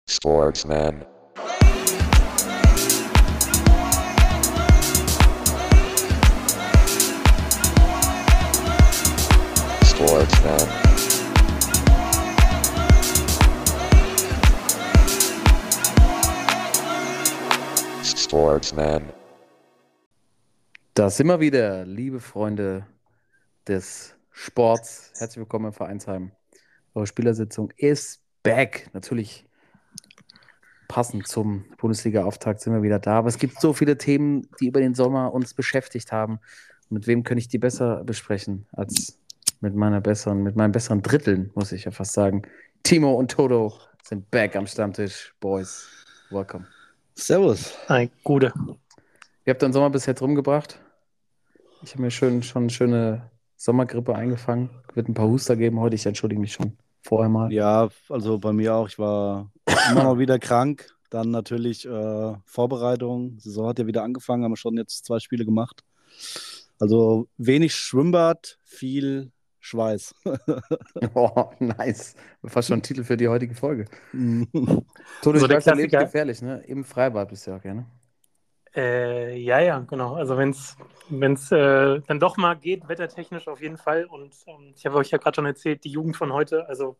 Sportsman. Sportsman. Sportsman. Da sind wir wieder, liebe Freunde des Sports. Herzlich willkommen im Vereinsheim. Eure Spielersitzung ist back. Natürlich passend zum Bundesliga-Auftakt sind wir wieder da. Aber es gibt so viele Themen, die über den Sommer uns beschäftigt haben. Mit wem könnte ich die besser besprechen als mit meinen besseren Dritteln, muss ich ja fast sagen. Timo und Toto sind back am Stammtisch. Boys, welcome. Servus. Hi, Gude. Wie habt ihr den Sommer bis jetzt rumgebracht? Ich habe mir schon eine schöne Sommergrippe eingefangen. Wird ein paar Huster geben heute. Ich entschuldige mich schon vorher mal. Ja, also bei mir auch. Ich war immer mal wieder krank. Dann natürlich Vorbereitung. Die Saison hat ja wieder angefangen, haben wir schon jetzt 2 Spiele gemacht. Also wenig Schwimmbad, viel Schweiß. Oh, nice. Fast schon ein Titel für die heutige Folge. Toto, So ich der weiß, du lebst Klassiker. gefährlich, ne? Im Freibad bist du ja, gerne. Ja, genau. Also wenn es dann doch mal geht, wettertechnisch auf jeden Fall. Und ich habe euch ja gerade schon erzählt, die Jugend von heute, also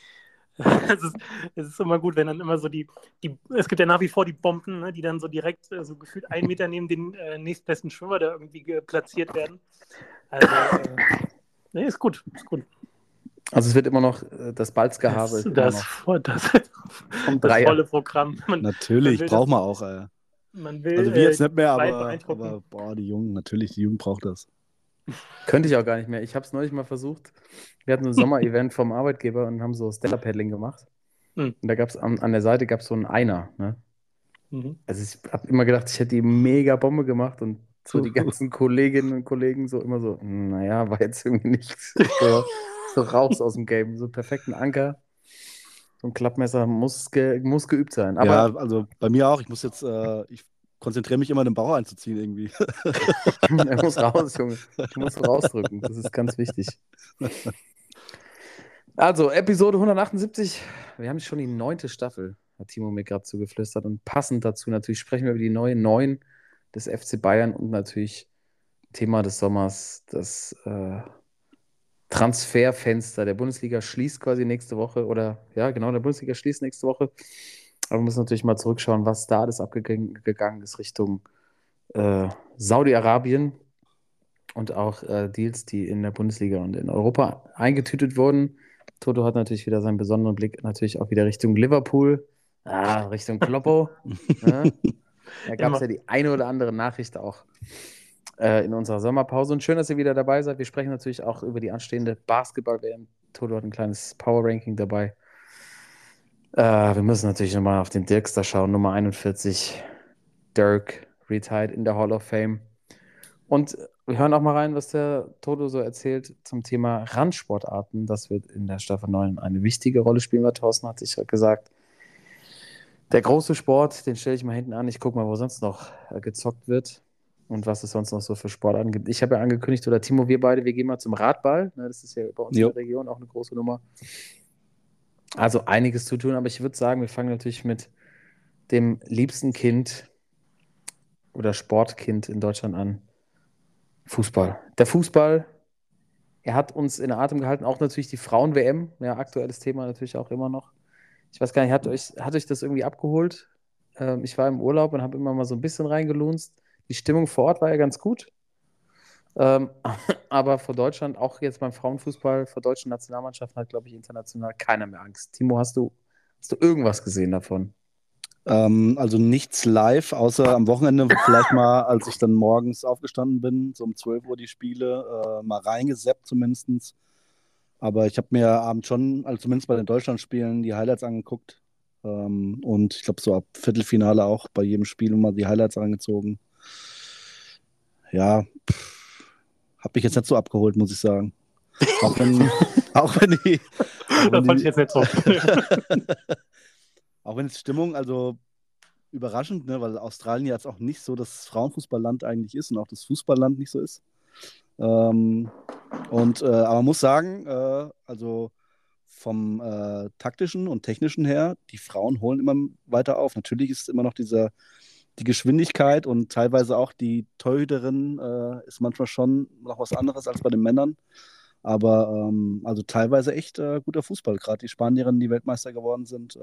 es ist immer gut, wenn dann immer so es gibt ja nach wie vor die Bomben, ne, die dann so direkt so gefühlt 1 Meter neben den nächstbesten Schwimmer da irgendwie platziert werden. Also, nee, ist gut. Also es wird immer noch das Balzgehabe. ist immer Das noch vom Dreier. volle Programm. Natürlich, will braucht das- man auch. Man will Also wir jetzt nicht mehr, zwei aber beeindrucken. boah, die Jugend braucht das. Könnte ich auch gar nicht mehr. Ich habe es neulich mal versucht. Wir hatten ein Sommer-Event vom Arbeitgeber und haben so Stand-Up-Paddling gemacht. Mhm. Und da gab es an der Seite so einen Einer, ne? Mhm. Also ich habe immer gedacht, ich hätte die mega Bombe gemacht und so die ganzen Kolleginnen und Kollegen so immer so, naja, war jetzt irgendwie nichts. So raus aus dem Game, so einen perfekten Anker. So ein Klappmesser muss geübt sein. Aber Ja, also bei mir auch. Ich muss jetzt, ich konzentriere mich immer, den Bauch einzuziehen irgendwie. er muss raus, Junge. Du musst rausdrücken, das ist ganz wichtig. Also, Episode 178. Wir haben schon die 9. Staffel, hat Timo mir gerade zugeflüstert. Und passend dazu natürlich sprechen wir über die neue 9 des FC Bayern und natürlich Thema des Sommers, das Transferfenster der Bundesliga schließt quasi nächste Woche. Oder ja, genau, der Bundesliga schließt nächste Woche. Aber wir müssen natürlich mal zurückschauen, was da alles abgegangen ist Richtung Saudi-Arabien und auch Deals, die in der Bundesliga und in Europa eingetütet wurden. Toto hat natürlich wieder seinen besonderen Blick natürlich auch wieder Richtung Liverpool, Richtung Kloppo. Ne? Da gab es ja die eine oder andere Nachricht auch in unserer Sommerpause. Und schön, dass ihr wieder dabei seid. Wir sprechen natürlich auch über die anstehende Basketball-WM. Toto hat ein kleines Power-Ranking dabei. Wir müssen natürlich nochmal auf den Dirkster schauen. Nummer 41, Dirk, retired in der Hall of Fame. Und wir hören auch mal rein, was der Toto so erzählt zum Thema Randsportarten. Das wird in der Staffel 9 eine wichtige Rolle spielen, weil Thorsten hat sich gesagt. Der große Sport, den stelle ich mal hinten an. Ich gucke mal, wo sonst noch gezockt wird und was es sonst noch so für Sportarten gibt. Ich habe ja angekündigt, oder Timo, wir beide, wir gehen mal zum Radball. Das ist ja bei uns in der Region auch eine große Nummer. Also einiges zu tun, aber ich würde sagen, wir fangen natürlich mit dem liebsten Kind oder Sportkind in Deutschland an. Fußball. Der Fußball, er hat uns in Atem gehalten, auch natürlich die Frauen-WM, ja, aktuelles Thema natürlich auch immer noch. Ich weiß gar nicht, hat euch das irgendwie abgeholt? Ich war im Urlaub und habe immer mal so ein bisschen reingelunzt. Die Stimmung vor Ort war ja ganz gut. Aber vor Deutschland, auch jetzt beim Frauenfußball, vor deutschen Nationalmannschaften hat, glaube ich, international keiner mehr Angst. Timo, hast du irgendwas gesehen davon? Also nichts live, außer am Wochenende vielleicht mal, als ich dann morgens aufgestanden bin, so um 12 Uhr die Spiele, mal reingesappt zumindest. Aber ich habe mir abends schon, also zumindest bei den Deutschlandspielen, die Highlights angeguckt. Und ich glaube so ab Viertelfinale auch bei jedem Spiel immer die Highlights angezogen. Ja, habe mich jetzt nicht so abgeholt, muss ich sagen. Auch wenn die Das fand ich jetzt nicht so. Auch wenn es Stimmung, also überraschend, ne, weil Australien jetzt auch nicht so das Frauenfußballland eigentlich ist und auch das Fußballland nicht so ist. Aber man muss sagen, also vom taktischen und technischen her, die Frauen holen immer weiter auf. Natürlich ist immer noch die Geschwindigkeit und teilweise auch die Torhüterin ist manchmal schon noch was anderes als bei den Männern. Aber also teilweise echt guter Fußball, gerade die Spanierinnen, die Weltmeister geworden sind.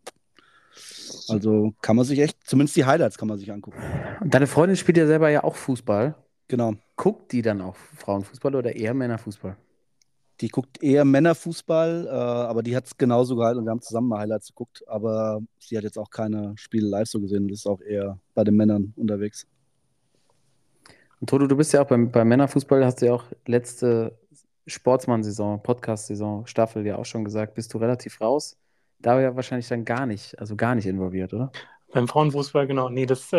Also kann man sich echt, zumindest die Highlights kann man sich angucken. Und deine Freundin spielt ja selber ja auch Fußball. Genau. Guckt die dann auch Frauenfußball oder eher Männerfußball? Die guckt eher Männerfußball, aber die hat es genauso gehalten und wir haben zusammen mal Highlights geguckt, aber sie hat jetzt auch keine Spiele live so gesehen und ist auch eher bei den Männern unterwegs. Und Toto, du bist ja auch beim Männerfußball, hast du ja auch letzte Sportsmann-Saison, Podcast-Saison, Staffel ja auch schon gesagt, bist du relativ raus. Da ja wahrscheinlich dann gar nicht involviert, oder? Beim Frauenfußball, genau. Nee, das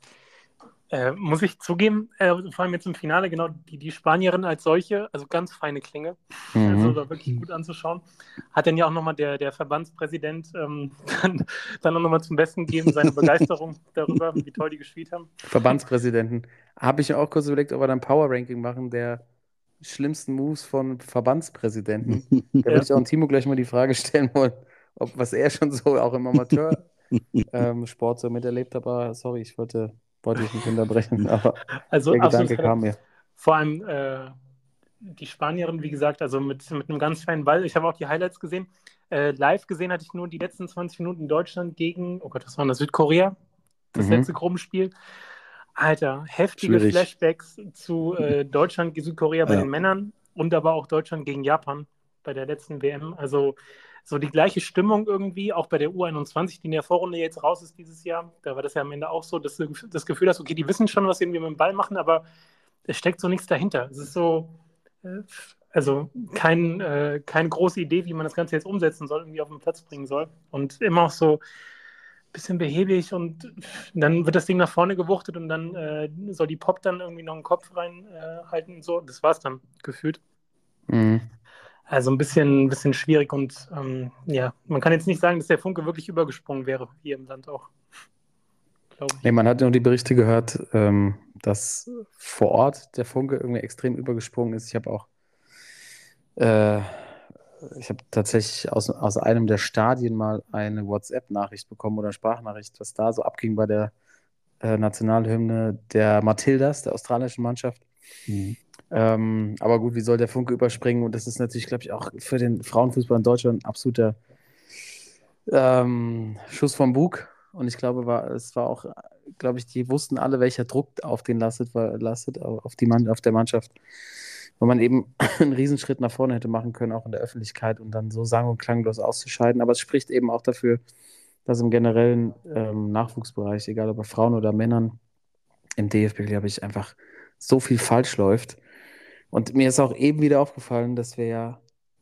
muss ich zugeben, vor allem jetzt im Finale, genau, die Spanierin als solche, also ganz feine Klinge, also war wirklich gut anzuschauen. Hat dann ja auch nochmal der Verbandspräsident dann auch nochmal zum Besten gegeben, seine Begeisterung darüber, wie toll die gespielt haben. Verbandspräsidenten. Habe ich mir auch kurz überlegt, ob wir dann Power-Ranking machen, der schlimmsten Moves von Verbandspräsidenten. Da würde ich auch an Timo gleich mal die Frage stellen wollen, was er schon so auch im Amateur-Sport so miterlebt hat. Aber sorry, ich wollte dich nicht unterbrechen, aber Also der absolut Gedanke kam mir. Vor allem die Spanierin, wie gesagt, also mit einem ganz feinen Ball. Ich habe auch die Highlights gesehen. Live gesehen hatte ich nur die letzten 20 Minuten in Deutschland gegen, oh Gott, was war das, Südkorea? Das letzte Gruppenspiel. Alter, heftige Schwierig. Flashbacks zu Deutschland gegen Südkorea bei den Männern und aber auch Deutschland gegen Japan bei der letzten WM. Also so die gleiche Stimmung irgendwie, auch bei der U21, die in der Vorrunde jetzt raus ist dieses Jahr. Da war das ja am Ende auch so, dass du das Gefühl hast, okay, die wissen schon, was sie irgendwie mit dem Ball machen, aber es steckt so nichts dahinter. Es ist so, also keine große Idee, wie man das Ganze jetzt umsetzen soll, irgendwie auf den Platz bringen soll. Und immer auch so ein bisschen behäbig und dann wird das Ding nach vorne gewuchtet und dann soll die Pop dann irgendwie noch einen Kopf reinhalten und so. Das war es dann gefühlt. Also ein bisschen schwierig und ja, man kann jetzt nicht sagen, dass der Funke wirklich übergesprungen wäre, hier im Land auch, glaube ich. Nee, man hat nur die Berichte gehört, dass vor Ort der Funke irgendwie extrem übergesprungen ist. Ich habe tatsächlich aus einem der Stadien mal eine WhatsApp-Nachricht bekommen oder Sprachnachricht, was da so abging bei der Nationalhymne der Matildas, der australischen Mannschaft. Aber gut, wie soll der Funke überspringen? Und das ist natürlich, glaube ich, auch für den Frauenfußball in Deutschland ein absoluter Schuss vom Bug. Und ich glaube, es war auch, glaube ich, die wussten alle, welcher Druck auf den lastet auf der Mannschaft. Weil man eben einen Riesenschritt nach vorne hätte machen können, auch in der Öffentlichkeit und dann so sang- und klanglos auszuscheiden. Aber es spricht eben auch dafür, dass im generellen Nachwuchsbereich, egal ob bei Frauen oder Männern, im DFB, glaube ich, einfach so viel falsch läuft. Und mir ist auch eben wieder aufgefallen, dass wir ja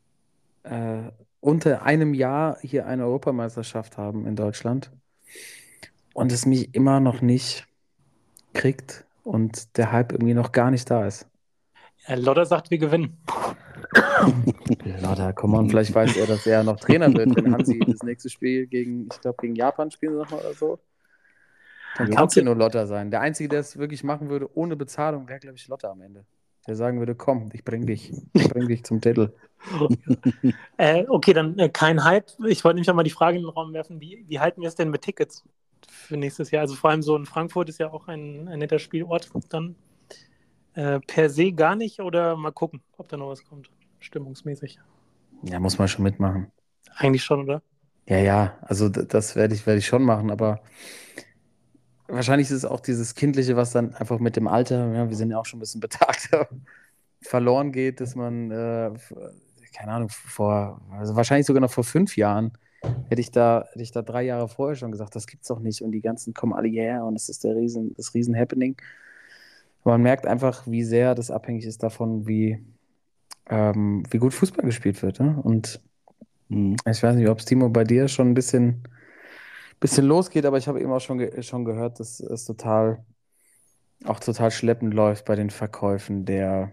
unter einem Jahr hier eine Europameisterschaft haben in Deutschland und es mich immer noch nicht kriegt und der Hype irgendwie noch gar nicht da ist. Lodder sagt, wir gewinnen. Lodder, komm on, vielleicht weiß er, dass er noch Trainer wird, wenn Hansi das nächste Spiel gegen Japan spielen sie nochmal oder so. Dann kann es ja nur Lodder sein. Der Einzige, der es wirklich machen würde ohne Bezahlung, wäre, glaube ich, Lodder am Ende. Der sagen würde, komm, ich bring dich zum Titel. Okay, dann kein Hype. Ich wollte nämlich auch mal die Frage in den Raum werfen, wie halten wir es denn mit Tickets für nächstes Jahr? Also vor allem so in Frankfurt ist ja auch ein netter Spielort. Dann per se gar nicht oder mal gucken, ob da noch was kommt, stimmungsmäßig. Ja, muss man schon mitmachen. Eigentlich schon, oder? Ja, also das werde ich schon machen, aber wahrscheinlich ist es auch dieses Kindliche, was dann einfach mit dem Alter, ja, wir sind ja auch schon ein bisschen betagter, verloren geht, dass man, keine Ahnung, also wahrscheinlich sogar noch vor 5 Jahren hätte ich da 3 Jahre vorher schon gesagt, das gibt's doch nicht und die ganzen kommen alle hierher und es ist das riesen Happening. Man merkt einfach, wie sehr das abhängig ist davon, wie gut Fußball gespielt wird. Ne? Und ich weiß nicht, ob es Timo bei dir schon ein bisschen losgeht, aber ich habe eben auch schon gehört, dass es total schleppend läuft bei den Verkäufen der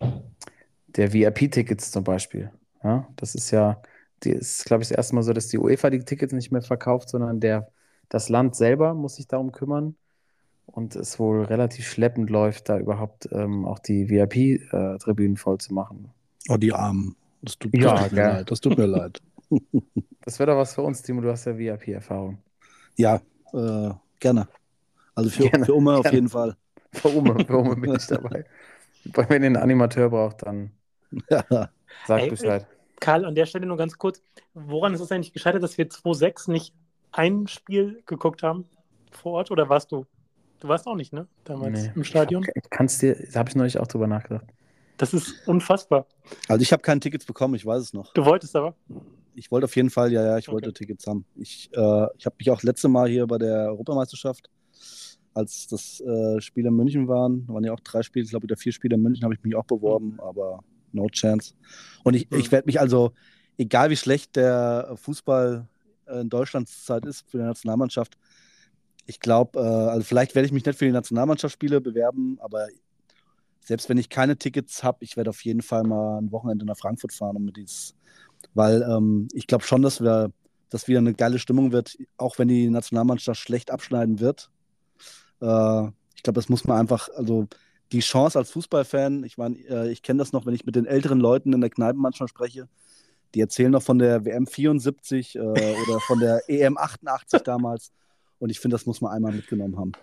VIP-Tickets zum Beispiel. Ja? Das ist ja, glaube ich, das erste Mal so, dass die UEFA die Tickets nicht mehr verkauft, sondern das Land selber muss sich darum kümmern. Und es wohl relativ schleppend läuft, da überhaupt auch die VIP-Tribünen voll zu machen. Oh, die Armen. Das tut Ja, mir leid. Das tut mir leid. Das wäre doch was für uns, Timo. Du hast ja VIP-Erfahrung. Ja, gerne. Also Gerne, für Umme auf gerne. jeden Fall. Für Umme bin ich dabei. Wenn ihr einen Animateur braucht, dann Ja. sagt Bescheid. Karl, an der Stelle nur ganz kurz, woran ist es eigentlich gescheitert, dass wir 2-6 nicht ein Spiel geguckt haben vor Ort, oder warst du? Du warst auch nicht, ne? Damals Nee. im Stadion. Da habe ich neulich auch drüber nachgedacht. Das ist unfassbar. Also ich habe keine Tickets bekommen, ich weiß es noch. Du wolltest aber. Ich wollte auf jeden Fall, ich Okay. wollte Tickets haben. Ich habe mich auch letzte Mal hier bei der Europameisterschaft, als das Spiele in München waren ja auch 3 Spiele, ich glaube wieder 4 Spiele in München, habe ich mich auch beworben, aber no chance. Und ich werde mich also, egal wie schlecht der Fußball in Deutschland zurzeit ist für die Nationalmannschaft, ich glaube, also vielleicht werde ich mich nicht für die Nationalmannschaftsspiele bewerben, aber selbst wenn ich keine Tickets habe, ich werde auf jeden Fall mal ein Wochenende nach Frankfurt fahren, weil ich glaube schon, dass wieder eine geile Stimmung wird, auch wenn die Nationalmannschaft schlecht abschneiden wird. Ich glaube, das muss man einfach, also die Chance als Fußballfan, ich meine, ich kenne das noch, wenn ich mit den älteren Leuten in der Kneipe manchmal spreche, die erzählen noch von der WM 74 oder von der EM 88 damals. Und ich finde, das muss man einmal mitgenommen haben.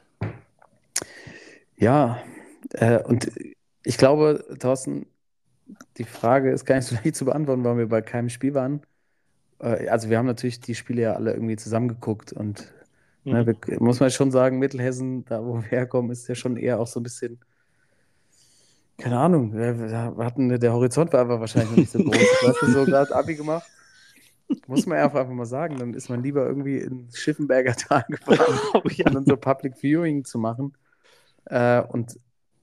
Ja, und ich glaube, Thorsten, die Frage ist gar nicht so leicht zu beantworten, weil wir bei keinem Spiel waren. Also wir haben natürlich die Spiele ja alle irgendwie zusammengeguckt und muss man schon sagen, Mittelhessen, da wo wir herkommen, ist ja schon eher auch so ein bisschen, keine Ahnung, der Horizont war einfach wahrscheinlich noch nicht so groß. Weißt du, so gerade Abi gemacht, muss man einfach mal sagen, dann ist man lieber irgendwie ins Schiffenberger Tal gefahren, um dann so Public Viewing zu machen. Und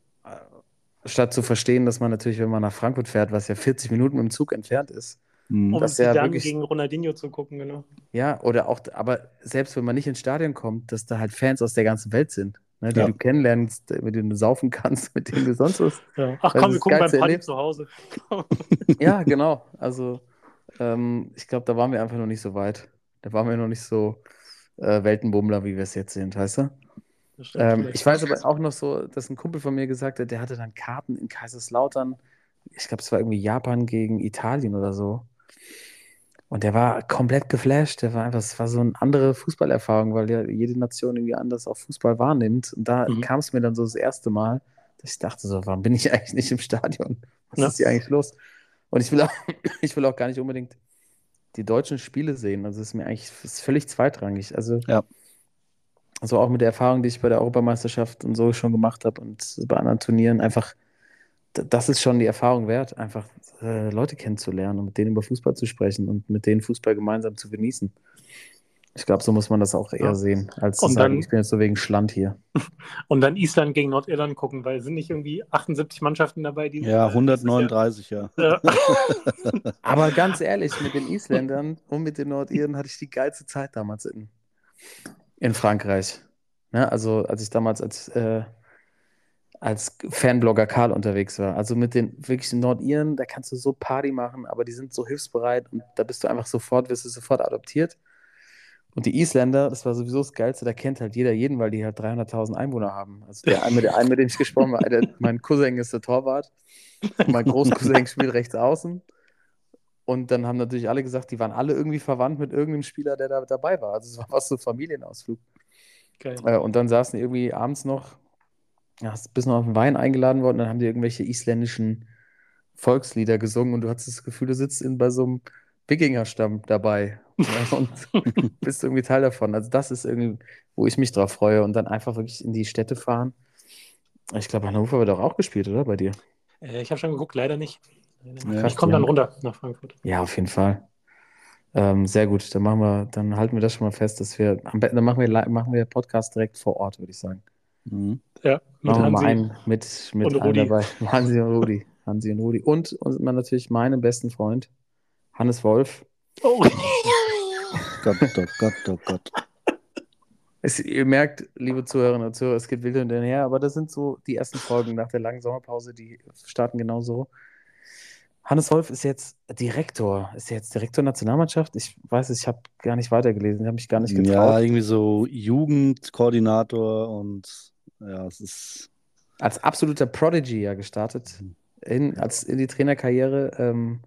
statt zu verstehen, dass man natürlich, wenn man nach Frankfurt fährt, was ja 40 Minuten mit dem Zug entfernt ist, Um das ja Zidane wirklich, gegen Ronaldinho zu gucken, genau. ja, oder auch, aber selbst wenn man nicht ins Stadion kommt, dass da halt Fans aus der ganzen Welt sind, ne, die Ja. du kennenlernst, mit denen du saufen kannst, mit denen du sonst was. Ja. Ach Das komm, ist wir das gucken beim geilste Party Erlebnis. zu Hause. Ja, genau. Also, ich glaube, da waren wir einfach noch nicht so weit. Da waren wir noch nicht so Weltenbummler, wie wir es jetzt sind, weißt du? Das stimmt vielleicht. Ich weiß aber auch noch so, dass ein Kumpel von mir gesagt hat, der hatte dann Karten in Kaiserslautern. Ich glaube, es war irgendwie Japan gegen Italien oder so. Und der war komplett geflasht. Es war so eine andere Fußballerfahrung, weil ja jede Nation irgendwie anders auch Fußball wahrnimmt. Und da kam es mir dann so das erste Mal, dass ich dachte so, warum bin ich eigentlich nicht im Stadion? Was Ja. ist hier eigentlich los? Und ich will auch gar nicht unbedingt die deutschen Spiele sehen. Also ist völlig zweitrangig. Also Ja. also auch mit der Erfahrung, die ich bei der Europameisterschaft und so schon gemacht habe und bei anderen Turnieren, einfach, das ist schon die Erfahrung wert, einfach Leute kennenzulernen und mit denen über Fußball zu sprechen und mit denen Fußball gemeinsam zu genießen. Ich glaube, so muss man das auch eher sehen, als zu Und sagen, dann- ich bin jetzt so wegen Schland hier. Und dann Island gegen Nordirland gucken, weil es sind nicht irgendwie 78 Mannschaften dabei, die Ja, 139, ja. Ja. Aber ganz ehrlich, mit den Isländern und mit den Nordiren hatte ich die geilste Zeit damals in Frankreich. Ne? Also als ich damals als Fanblogger Karl unterwegs war. Also mit den wirklichen Nordiren, da kannst du so Party machen, aber die sind so hilfsbereit und da wirst du sofort adoptiert. Und die Isländer, das war sowieso das Geilste, da kennt halt jeder jeden, weil die halt 300.000 Einwohner haben. Also der eine, mit dem ich gesprochen habe, mein Cousin ist der Torwart und mein Großcousin spielt rechts außen. Und dann haben natürlich alle gesagt, die waren alle irgendwie verwandt mit irgendeinem Spieler, der da dabei war. Also es war fast so ein Familienausflug. Geil. Und dann saßen die irgendwie abends noch, ja, bist noch auf den Wein eingeladen worden, dann haben die irgendwelche isländischen Volkslieder gesungen und du hattest das Gefühl, du sitzt bei so einem Wikingerstamm dabei und bist irgendwie Teil davon. Also das ist irgendwie, wo ich mich drauf freue und dann einfach wirklich in die Städte fahren. Ich glaube, Hannover wird auch gespielt, oder? Bei dir? Ich habe schon geguckt, leider nicht. Ja. Ich komme dann runter nach Frankfurt. Ja, auf jeden Fall. Sehr gut. Dann halten wir das schon mal fest, dass wir am besten, dann machen wir Podcast direkt vor Ort, würde ich sagen. Mhm. Ja, mit Machen wir mal Hansi. einen mit und allen Rudi. dabei. Hansi und Rudi. Hansi und Rudi. Und natürlich meinen besten Freund, Hannes Wolf. Oh. Gott, oh Gott, oh Gott. Ihr merkt, liebe Zuhörerinnen und Zuhörer, es geht wild hinterher, aber das sind so die ersten Folgen nach der langen Sommerpause, die starten genau so. Hannes Wolf ist jetzt Direktor Nationalmannschaft. Ich weiß es, ich habe gar nicht weitergelesen, ich habe mich gar nicht Ja, getraut. irgendwie so Jugendkoordinator und ja, es ist. Als absoluter Prodigy ja gestartet in die Trainerkarriere.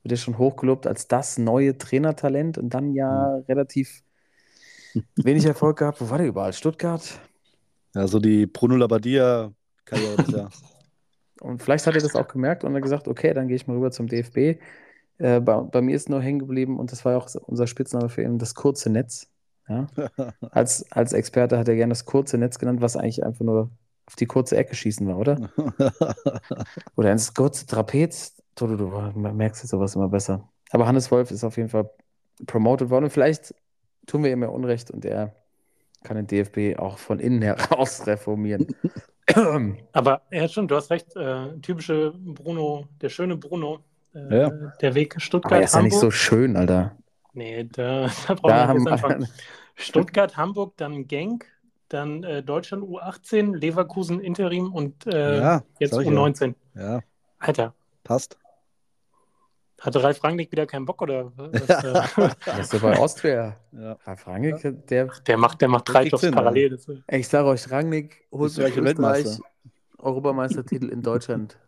wird ja schon hochgelobt als das neue Trainertalent und dann ja relativ wenig Erfolg gehabt. Wo war der überall? Stuttgart? Ja, so die Bruno Labbadia-Karriere bisher. Und vielleicht hat er das auch gemerkt und hat gesagt, okay, dann gehe ich mal rüber zum DFB. Bei mir ist nur hängen geblieben und das war ja auch unser Spitzname für ihn, das kurze Netz. Ja? Als Experte hat er gerne das kurze Netz genannt, was eigentlich einfach nur auf die kurze Ecke schießen war, oder? Oder ins kurze Trapez. Du merkst jetzt sowas immer besser. Aber Hannes Wolf ist auf jeden Fall promoted worden und vielleicht tun wir ihm ja Unrecht und er kann den DFB auch von innen heraus reformieren. Aber ja, stimmt, du hast recht. Typische Bruno, der schöne Bruno. Ja. Der Weg Aber er Stuttgart, ist ja nicht so Hamburg. schön, Alter. Nee, da brauchen Da wir jetzt haben anfangen. Stuttgart, Hamburg, dann Genk, dann Deutschland U18, Leverkusen Interim und Ja, jetzt sag ich ja. U19. Ja, Alter, passt. hatte Ralf Rangnick wieder keinen Bock oder was? der ist so bei Austria. Ja. Ralf Rangnick, der, Der macht drei kriegt's Jobs hin, parallel. Das, ich sage euch, Rangnick holt mit Österreich und Österreich Weltmeister. Europameistertitel in Deutschland.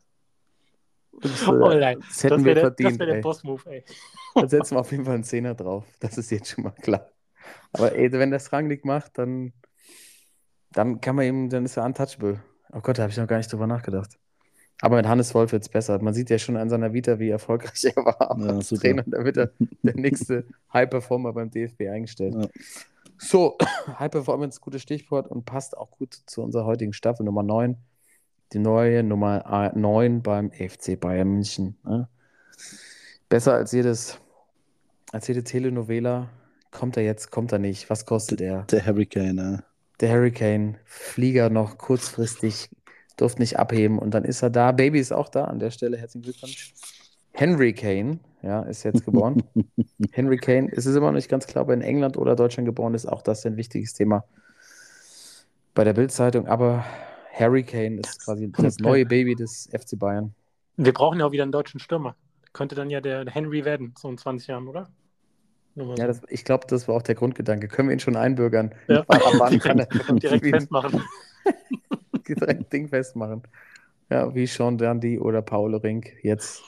oh nein, Das hätten wir verdient, das wäre der ey. Boss-Move, ey. Da setzen wir auf jeden Fall einen Zehner drauf. Das ist jetzt schon mal klar. Aber ey, wenn das Rangnick macht, dann kann man ihm, dann ist er untouchable. Oh Gott, da habe ich noch gar nicht drüber nachgedacht. Aber mit Hannes Wolf wird es besser. Man sieht ja schon an seiner Vita, wie erfolgreich er war Ja, als super. Trainer. Da wird er der nächste High-Performer beim DFB eingestellt. Ja. So, High-Performance, gutes Stichwort und passt auch gut zu unserer heutigen Staffel Nummer 9. Die neue Nummer 9 beim FC Bayern München. Ne? Besser als jede Telenovela. Kommt er jetzt, kommt er nicht? Was kostet er? Der Hurricane, ne? Der Hurricane, Flieger noch kurzfristig, durfte nicht abheben und dann ist er da. Baby ist auch da an der Stelle. Herzlichen Glückwunsch. Henry Kane, ja, ist jetzt geboren. Henry Kane, es ist immer noch nicht ganz klar, ob er in England oder Deutschland geboren ist. Auch das ist ein wichtiges Thema bei der Bild-Zeitung. Aber Harry Kane ist quasi das neue Baby des FC Bayern. Wir brauchen ja auch wieder einen deutschen Stürmer. Könnte dann ja der Henry werden, so in 20 Jahren, oder? Nur mal Ja, so. ich glaube, das war auch der Grundgedanke. Können wir ihn schon einbürgern? Ja. Ab wann kann er Direkt festmachen. direkt Ding festmachen. Ja, wie Sean Dundee oder Paolo Rink. Jetzt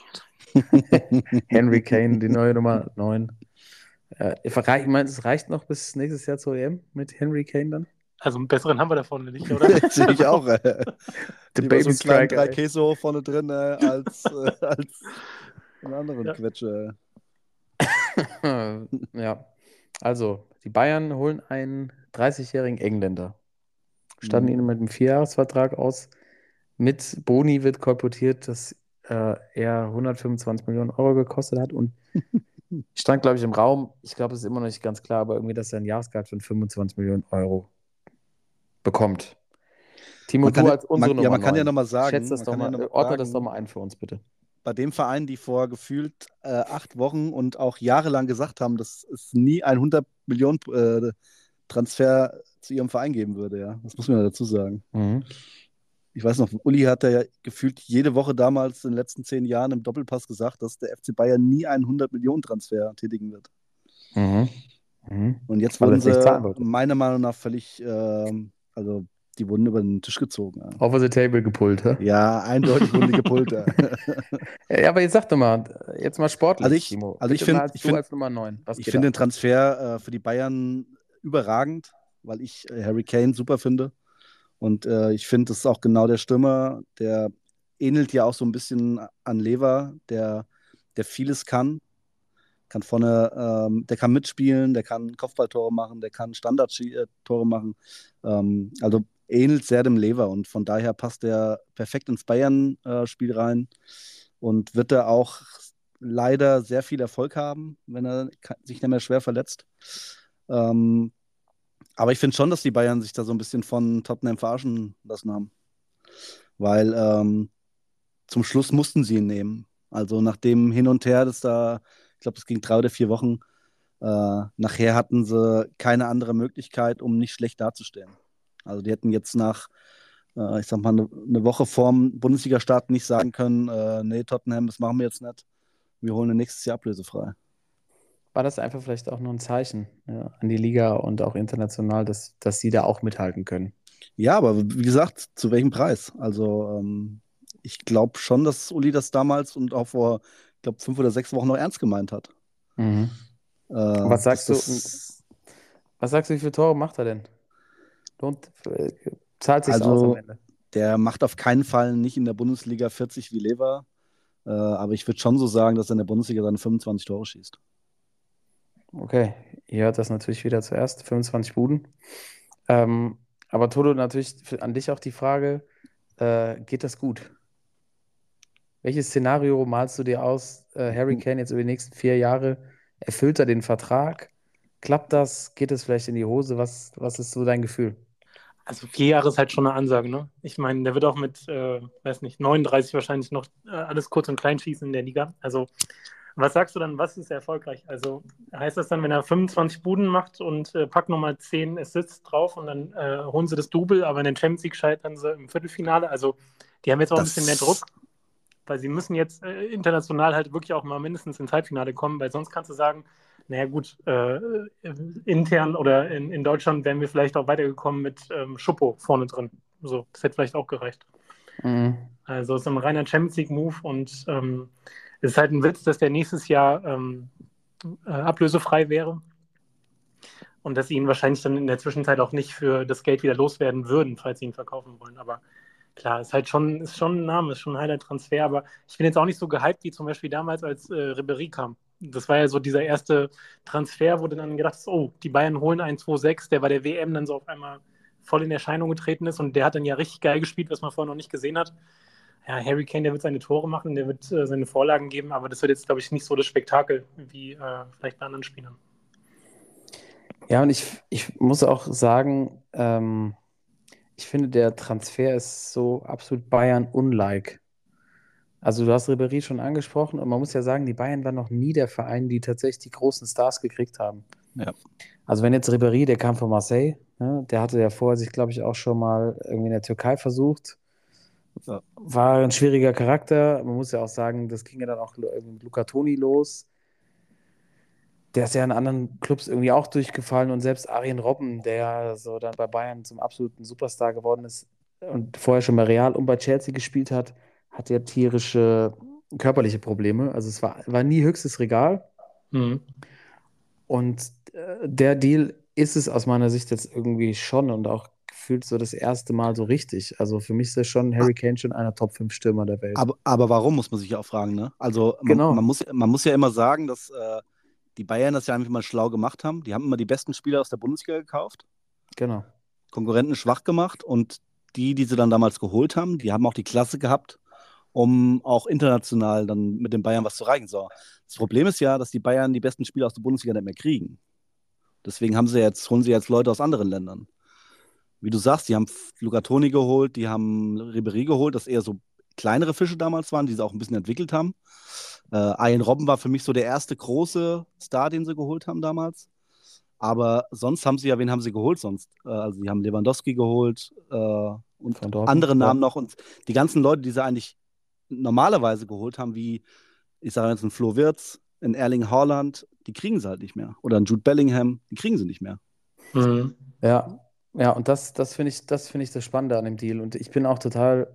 Henry Kane, die neue Nummer 9. Ich meine, es reicht noch bis nächstes Jahr zur EM mit Henry Kane dann? Also einen besseren haben wir da vorne nicht, oder? Sehe ich auch. The Lieber so Baby einen kleinen Striker. 3 Queso vorne drin als einen anderen Ja. Quetsche. Ja, also die Bayern holen einen 30-jährigen Engländer. Standen ihnen mit einem 4-Jahres-Vertrag aus. Mit Boni wird kolportiert, dass er 125 Millionen Euro gekostet hat und stand, glaube ich, im Raum. Ich glaube, es ist immer noch nicht ganz klar, aber irgendwie, dass er ein Jahresgehalt von 25 Millionen Euro bekommt. Timo, Man kann du ja- als unsere man- ja, Nummer man kann ja 9. noch mal sagen, Schätz das man doch kann ja mal, noch mal ordne das sagen- doch mal ein für uns, bitte. Bei dem Verein, die vor gefühlt 8 Wochen und auch jahrelang gesagt haben, dass es nie ein 100 Millionen Transfer zu ihrem Verein geben würde. Ja, das muss man ja dazu sagen. Mhm. Ich weiß noch, Uli hat ja gefühlt jede Woche damals in den letzten 10 Jahren im Doppelpass gesagt, dass der FC Bayern nie einen 100 Millionen Transfer tätigen wird. Mhm. Mhm. Und jetzt Weil wurden das nicht sie zahlen wollte. meiner Meinung nach völlig, also die wurden über den Tisch gezogen. Ja, Over the table gepullt, hä? ja eindeutig wurden die gepult. Ja. Ja, aber jetzt sag doch mal, jetzt mal sportlich, Also ich- Timo. also ich Bitte find- mal ich du find- als Nummer 9. Was Ich geht finde den ab? Transfer für die Bayern überragend, weil ich Harry Kane super finde. Und ich finde, das ist auch genau der Stürmer, der ähnelt ja auch so ein bisschen an Lever, der vieles kann. Kann vorne, der kann mitspielen, der kann Kopfballtore machen, der kann Standardtore machen. Also ähnelt sehr dem Lever und von daher passt der perfekt ins Bayern-Spiel rein und wird da auch leider sehr viel Erfolg haben, wenn er sich nicht mehr schwer verletzt. Aber ich finde schon, dass die Bayern sich da so ein bisschen von Tottenham verarschen lassen haben. Weil zum Schluss mussten sie ihn nehmen. Also nach dem Hin und Her, ich glaube, es ging 3 oder 4 Wochen, nachher hatten sie keine andere Möglichkeit, um nicht schlecht dazustehen. Also die hätten jetzt nach, ich sag mal, eine Woche vorm Bundesliga-Start nicht sagen können, nee, Tottenham, das machen wir jetzt nicht. Wir holen ihn nächstes Jahr ablösefrei. War das einfach vielleicht auch nur ein Zeichen an die Liga und auch international, dass sie da auch mithalten können? Ja, aber wie gesagt, zu welchem Preis? Also ich glaube schon, dass Uli das damals und auch vor glaube, 5 oder 6 Wochen noch ernst gemeint hat. Mhm. Was sagst du? Was sagst du, wie viele Tore macht er denn? Zahlt sich's aus am Also, Ende? der macht auf keinen Fall nicht in der Bundesliga 40 wie Lever. Aber ich würde schon so sagen, dass er in der Bundesliga seine 25 Tore schießt. Okay, ihr hört das natürlich wieder zuerst. 25 Buden. Aber Toto, natürlich an dich auch die Frage, geht das gut? Welches Szenario malst du dir aus? Harry Kane jetzt über die nächsten 4 Jahre, erfüllt er den Vertrag? Klappt das? Geht es vielleicht in die Hose? Was ist so dein Gefühl? Also 4 Jahre ist halt schon eine Ansage, ne? Ich meine, der wird auch mit, weiß nicht, 39 wahrscheinlich noch alles kurz und klein schießen in der Liga. Also, was sagst du dann, was ist erfolgreich? Also, heißt das dann, wenn er 25 Buden macht und packt nochmal 10 Assists drauf und dann holen sie das Double, aber in den Champions League scheitern sie im Viertelfinale? Also, die haben jetzt auch ein bisschen mehr Druck, weil sie müssen jetzt international halt wirklich auch mal mindestens ins Halbfinale kommen, weil sonst kannst du sagen, naja gut, intern oder in Deutschland wären wir vielleicht auch weitergekommen mit Schuppo vorne drin. So, das hätte vielleicht auch gereicht. Mhm. Also es ist ein reiner Champions League-Move und es ist halt ein Witz, dass der nächstes Jahr ablösefrei wäre und dass sie ihn wahrscheinlich dann in der Zwischenzeit auch nicht für das Geld wieder loswerden würden, falls sie ihn verkaufen wollen. Aber klar, ist schon ein Name, ist schon ein Highlight-Transfer, aber ich bin jetzt auch nicht so gehypt wie zum Beispiel damals, als Ribéry kam. Das war ja so dieser erste Transfer, wo du dann gedacht hast, oh, die Bayern holen einen 2-6, der bei der WM dann so auf einmal voll in Erscheinung getreten ist und der hat dann ja richtig geil gespielt, was man vorher noch nicht gesehen hat. Ja, Harry Kane, der wird seine Tore machen, der wird seine Vorlagen geben, aber das wird jetzt, glaube ich, nicht so das Spektakel wie vielleicht bei anderen Spielern. Ja, und ich muss auch sagen, ich finde, der Transfer ist so absolut Bayern-unlike. Also du hast Ribéry schon angesprochen und man muss ja sagen, die Bayern waren noch nie der Verein, die tatsächlich die großen Stars gekriegt haben. Ja. Also wenn jetzt Ribéry, der kam von Marseille, ne, der hatte ja vorher sich, glaube ich, auch schon mal irgendwie in der Türkei versucht. Ja. War ein schwieriger Charakter. Man muss ja auch sagen, das ging ja dann auch mit Luca Toni los. Der ist ja in anderen Clubs irgendwie auch durchgefallen und selbst Arjen Robben, der so dann bei Bayern zum absoluten Superstar geworden ist und vorher schon bei Real und bei Chelsea gespielt hat, hat ja tierische körperliche Probleme. Also es war nie höchstes Regal. Mhm. Und der Deal ist es aus meiner Sicht jetzt irgendwie schon und auch gefühlt so das erste Mal so richtig. Also für mich ist das schon Harry Kane schon einer Top 5 Stürmer der Welt. Aber warum, muss man sich ja auch fragen, ne? Also Genau. man muss ja immer sagen, dass die Bayern das ja einfach mal schlau gemacht haben. Die haben immer die besten Spieler aus der Bundesliga gekauft, Genau. Konkurrenten schwach gemacht und die sie dann damals geholt haben, die haben auch die Klasse gehabt, um auch international dann mit den Bayern was zu erreichen. So. Das Problem ist ja, dass die Bayern die besten Spieler aus der Bundesliga nicht mehr kriegen. Deswegen holen sie jetzt Leute aus anderen Ländern. Wie du sagst, die haben Luca Toni geholt, die haben Ribéry geholt, das eher so kleinere Fische damals waren, die sie auch ein bisschen entwickelt haben. Arjen Robben war für mich so der erste große Star, den sie geholt haben damals. Aber sonst wen haben sie geholt sonst? Also sie haben Lewandowski geholt und Von Dortmund, andere Namen ja. noch. Und die ganzen Leute, die sie eigentlich normalerweise geholt haben, wie, ich sage jetzt, ein Flo Wirtz, ein Erling Haaland, die kriegen sie halt nicht mehr. Oder ein Jude Bellingham, die kriegen sie nicht mehr. Mhm. Ja, ja, und das finde ich das Spannende an dem Deal. Und ich bin auch total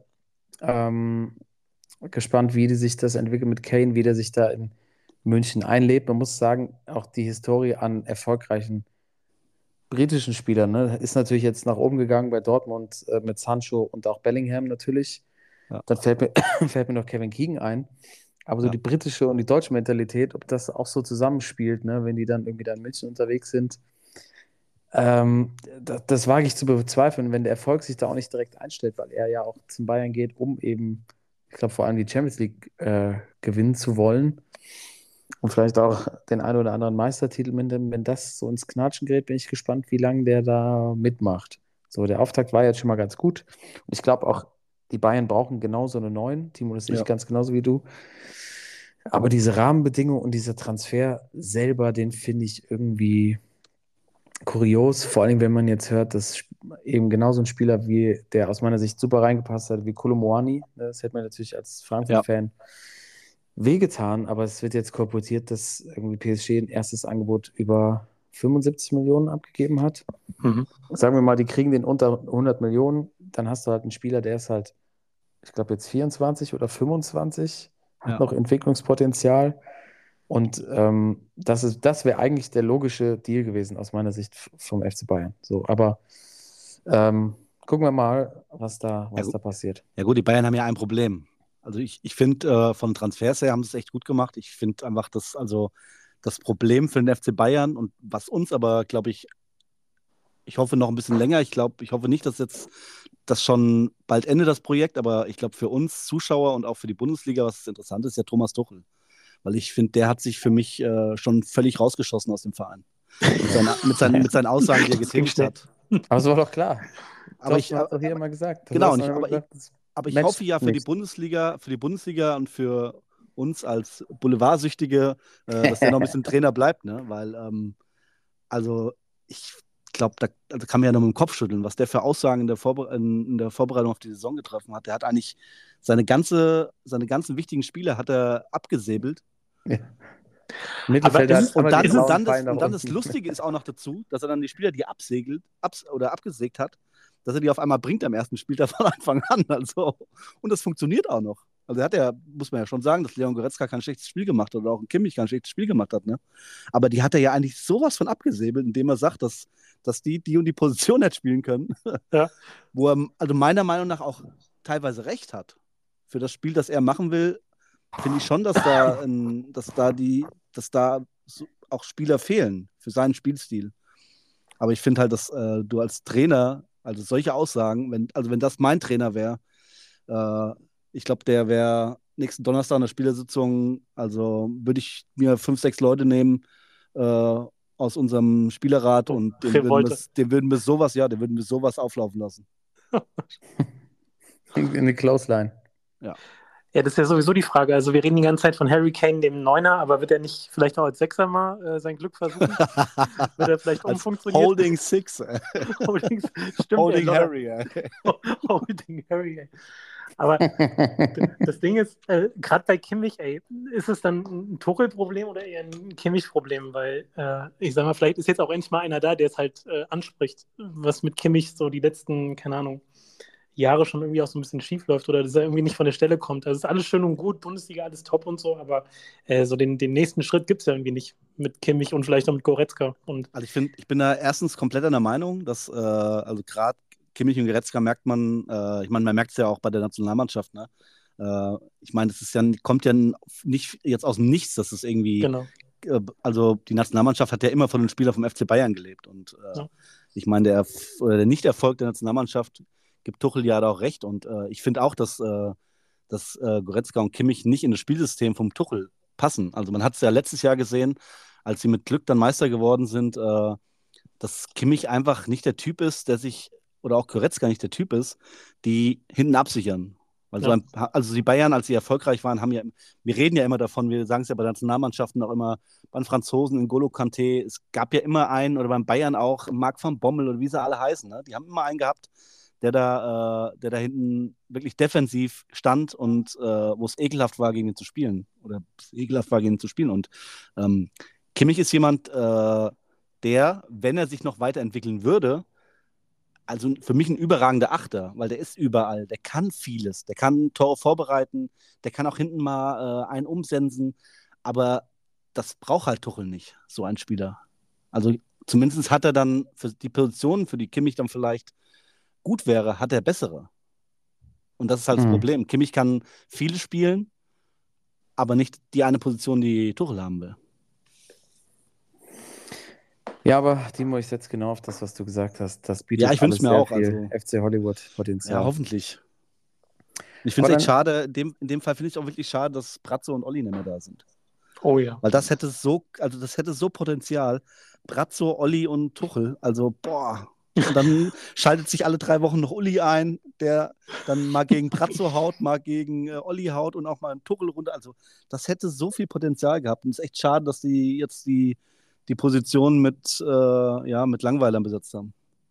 gespannt, wie sich das entwickelt mit Kane, wie der sich da in München einlebt. Man muss sagen, auch die Historie an erfolgreichen britischen Spielern, ne, ist natürlich jetzt nach oben gegangen bei Dortmund mit Sancho und auch Bellingham natürlich. Ja. Dann fällt mir noch Kevin Keegan ein. Aber so Ja. die britische und die deutsche Mentalität, ob das auch so zusammenspielt, ne, wenn die dann irgendwie da in München unterwegs sind, das wage ich zu bezweifeln, wenn der Erfolg sich da auch nicht direkt einstellt, weil er ja auch zum Bayern geht, um eben, ich glaube, vor allem die Champions League gewinnen zu wollen und vielleicht auch den einen oder anderen Meistertitel mitnehmen. Wenn das so ins Knatschen gerät, bin ich gespannt, wie lange der da mitmacht. So, der Auftakt war jetzt schon mal ganz gut. Und ich glaube auch, die Bayern brauchen genauso eine neuen. Timo, das sehe ich Ja. ganz genauso wie du. Aber diese Rahmenbedingungen und dieser Transfer selber, den finde ich irgendwie kurios, vor allem wenn man jetzt hört, dass eben genauso ein Spieler wie, der aus meiner Sicht super reingepasst hat, wie Kolo Muani, das hätte man natürlich als Frankfurt-Fan wehgetan, aber es wird jetzt kolportiert, dass irgendwie PSG ein erstes Angebot über 75 Millionen abgegeben hat. Mhm. Sagen wir mal, die kriegen den unter 100 Millionen, dann hast du halt einen Spieler, der ist halt, ich glaube jetzt 24 oder 25, hat Ja. noch Entwicklungspotenzial. Und das wäre eigentlich der logische Deal gewesen aus meiner Sicht vom FC Bayern. So, aber gucken wir mal, was da passiert. Ja gut, die Bayern haben ja ein Problem. Also ich finde, von Transfers her haben sie es echt gut gemacht. Ich finde einfach, das Problem für den FC Bayern und was uns aber, glaube ich hoffe noch ein bisschen länger. Ich hoffe nicht, dass jetzt das schon bald endet, das Projekt, aber ich glaube für uns Zuschauer und auch für die Bundesliga, was interessant ist, ja Thomas Tuchel. Weil ich finde, der hat sich für mich schon völlig rausgeschossen aus dem Verein. Mit seinen Aussagen, die er getätigt hat. Aber es war doch klar. Aber Du hast doch hier immer gesagt. Genau, Du hast doch immer gesagt, das aber ich matcht hoffe ja für die nichts. Bundesliga und für uns als Boulevardsüchtige, dass der noch ein bisschen Trainer bleibt, ne? Weil, also ich glaube, da kann man ja nur mit dem Kopf schütteln, was der für Aussagen in der Vorbereitung auf die Saison getroffen hat. Der hat eigentlich seine ganzen wichtigen Spiele hat er abgesäbelt. Ja. Mittelfelder hat Und immer die blauen dann Pfeile nach das unten. Lustige ist auch noch dazu, dass er dann die Spieler, die abgesägt hat, dass er die auf einmal bringt am ersten Spieltag von Anfang an. Also, und das funktioniert auch noch. Also muss man ja schon sagen, dass Leon Goretzka kein schlechtes Spiel gemacht hat oder auch ein Kimmich kein schlechtes Spiel gemacht hat. Ne? Aber die hat er ja eigentlich sowas von abgesäbelt, indem er sagt, dass die und die Position nicht spielen können. Ja. Wo er also meiner Meinung nach auch teilweise recht hat. Für das Spiel, das er machen will, finde ich schon, dass da auch Spieler fehlen für seinen Spielstil. Aber ich finde halt, dass du als Trainer, also solche Aussagen, wenn das mein Trainer wäre, ich glaube, der wäre nächsten Donnerstag in der Spielersitzung, also würde ich mir 5, 6 Leute nehmen aus unserem Spielerrat und dem würden wir sowas auflaufen lassen. In eine Close Line. Ja. Ja, das ist ja sowieso die Frage. Also wir reden die ganze Zeit von Harry Kane, dem Neuner, aber wird er nicht vielleicht auch als Sechser mal sein Glück versuchen? Wird er vielleicht umfunktioniert? Holding Six. Stimmt, Holding Harry. Holding Harry, ey. Aber das Ding ist, gerade bei Kimmich, ey, ist es dann ein Tuchel-Problem oder eher ein Kimmich-Problem? Weil, ich sag mal, vielleicht ist jetzt auch endlich mal einer da, der es halt anspricht, was mit Kimmich so die letzten, keine Ahnung, Jahre schon irgendwie auch so ein bisschen schief läuft oder dass er irgendwie nicht von der Stelle kommt. Also ist alles schön und gut, Bundesliga, alles top und so, aber so den nächsten Schritt gibt es ja irgendwie nicht mit Kimmich und vielleicht auch mit Goretzka. Also ich bin da erstens komplett einer Meinung, dass also gerade Kimmich und Goretzka merkt man, ich meine, man merkt es ja auch bei der Nationalmannschaft, ne? Ich meine, kommt ja nicht jetzt aus dem Nichts, dass es irgendwie, genau. Also die Nationalmannschaft hat ja immer von den Spielern vom FC Bayern gelebt und Ja. Ich meine, der Nichterfolg der Nationalmannschaft gibt Tuchel ja da auch recht und ich finde auch, dass Goretzka und Kimmich nicht in das Spielsystem vom Tuchel passen. Also man hat es ja letztes Jahr gesehen, als sie mit Glück dann Meister geworden sind, dass Kimmich einfach nicht der Typ ist, oder auch Goretzka nicht der Typ ist, die hinten absichern. Weil also die Bayern, als sie erfolgreich waren, wir reden ja immer davon, wir sagen es ja bei Nationalmannschaften auch immer, bei den Franzosen, in N'Golo Kanté, es gab ja immer einen, oder beim Bayern auch, Marc van Bommel oder wie sie alle heißen, ne? Die haben immer einen gehabt, der da hinten wirklich defensiv stand und wo es ekelhaft war, gegen ihn zu spielen. Oder es ekelhaft war, gegen ihn zu spielen. Und Kimmich ist jemand, der, wenn er sich noch weiterentwickeln würde, also für mich ein überragender Achter, weil der ist überall, der kann vieles, der kann Tore vorbereiten, der kann auch hinten mal einen umsensen, aber das braucht halt Tuchel nicht, so ein Spieler. Also zumindest hat er dann für die Positionen, für die Kimmich dann vielleicht gut wäre, hat er bessere. Und das ist halt das Problem. Kimmich kann viele spielen, aber nicht die eine Position, die Tuchel haben will. Ja, aber Timo, ich setze genau auf das, was du gesagt hast. Das bietet Ja, ich wünsche mir sehr auch, viel FC Hollywood-Potenzial. Ja, hoffentlich. Ich finde es echt schade, in dem Fall finde ich es auch wirklich schade, dass Brazzo und Olli nicht mehr da sind. Oh ja. Weil das hätte so Potenzial. Brazzo, Olli und Tuchel, also boah. Und dann schaltet sich alle 3 Wochen noch Uli ein, der dann mal gegen Brazzo haut, mal gegen Olli haut und auch mal einen Tuchel runter. Also das hätte so viel Potenzial gehabt. Und es ist echt schade, dass die jetzt die Position mit Langweilern besetzt haben.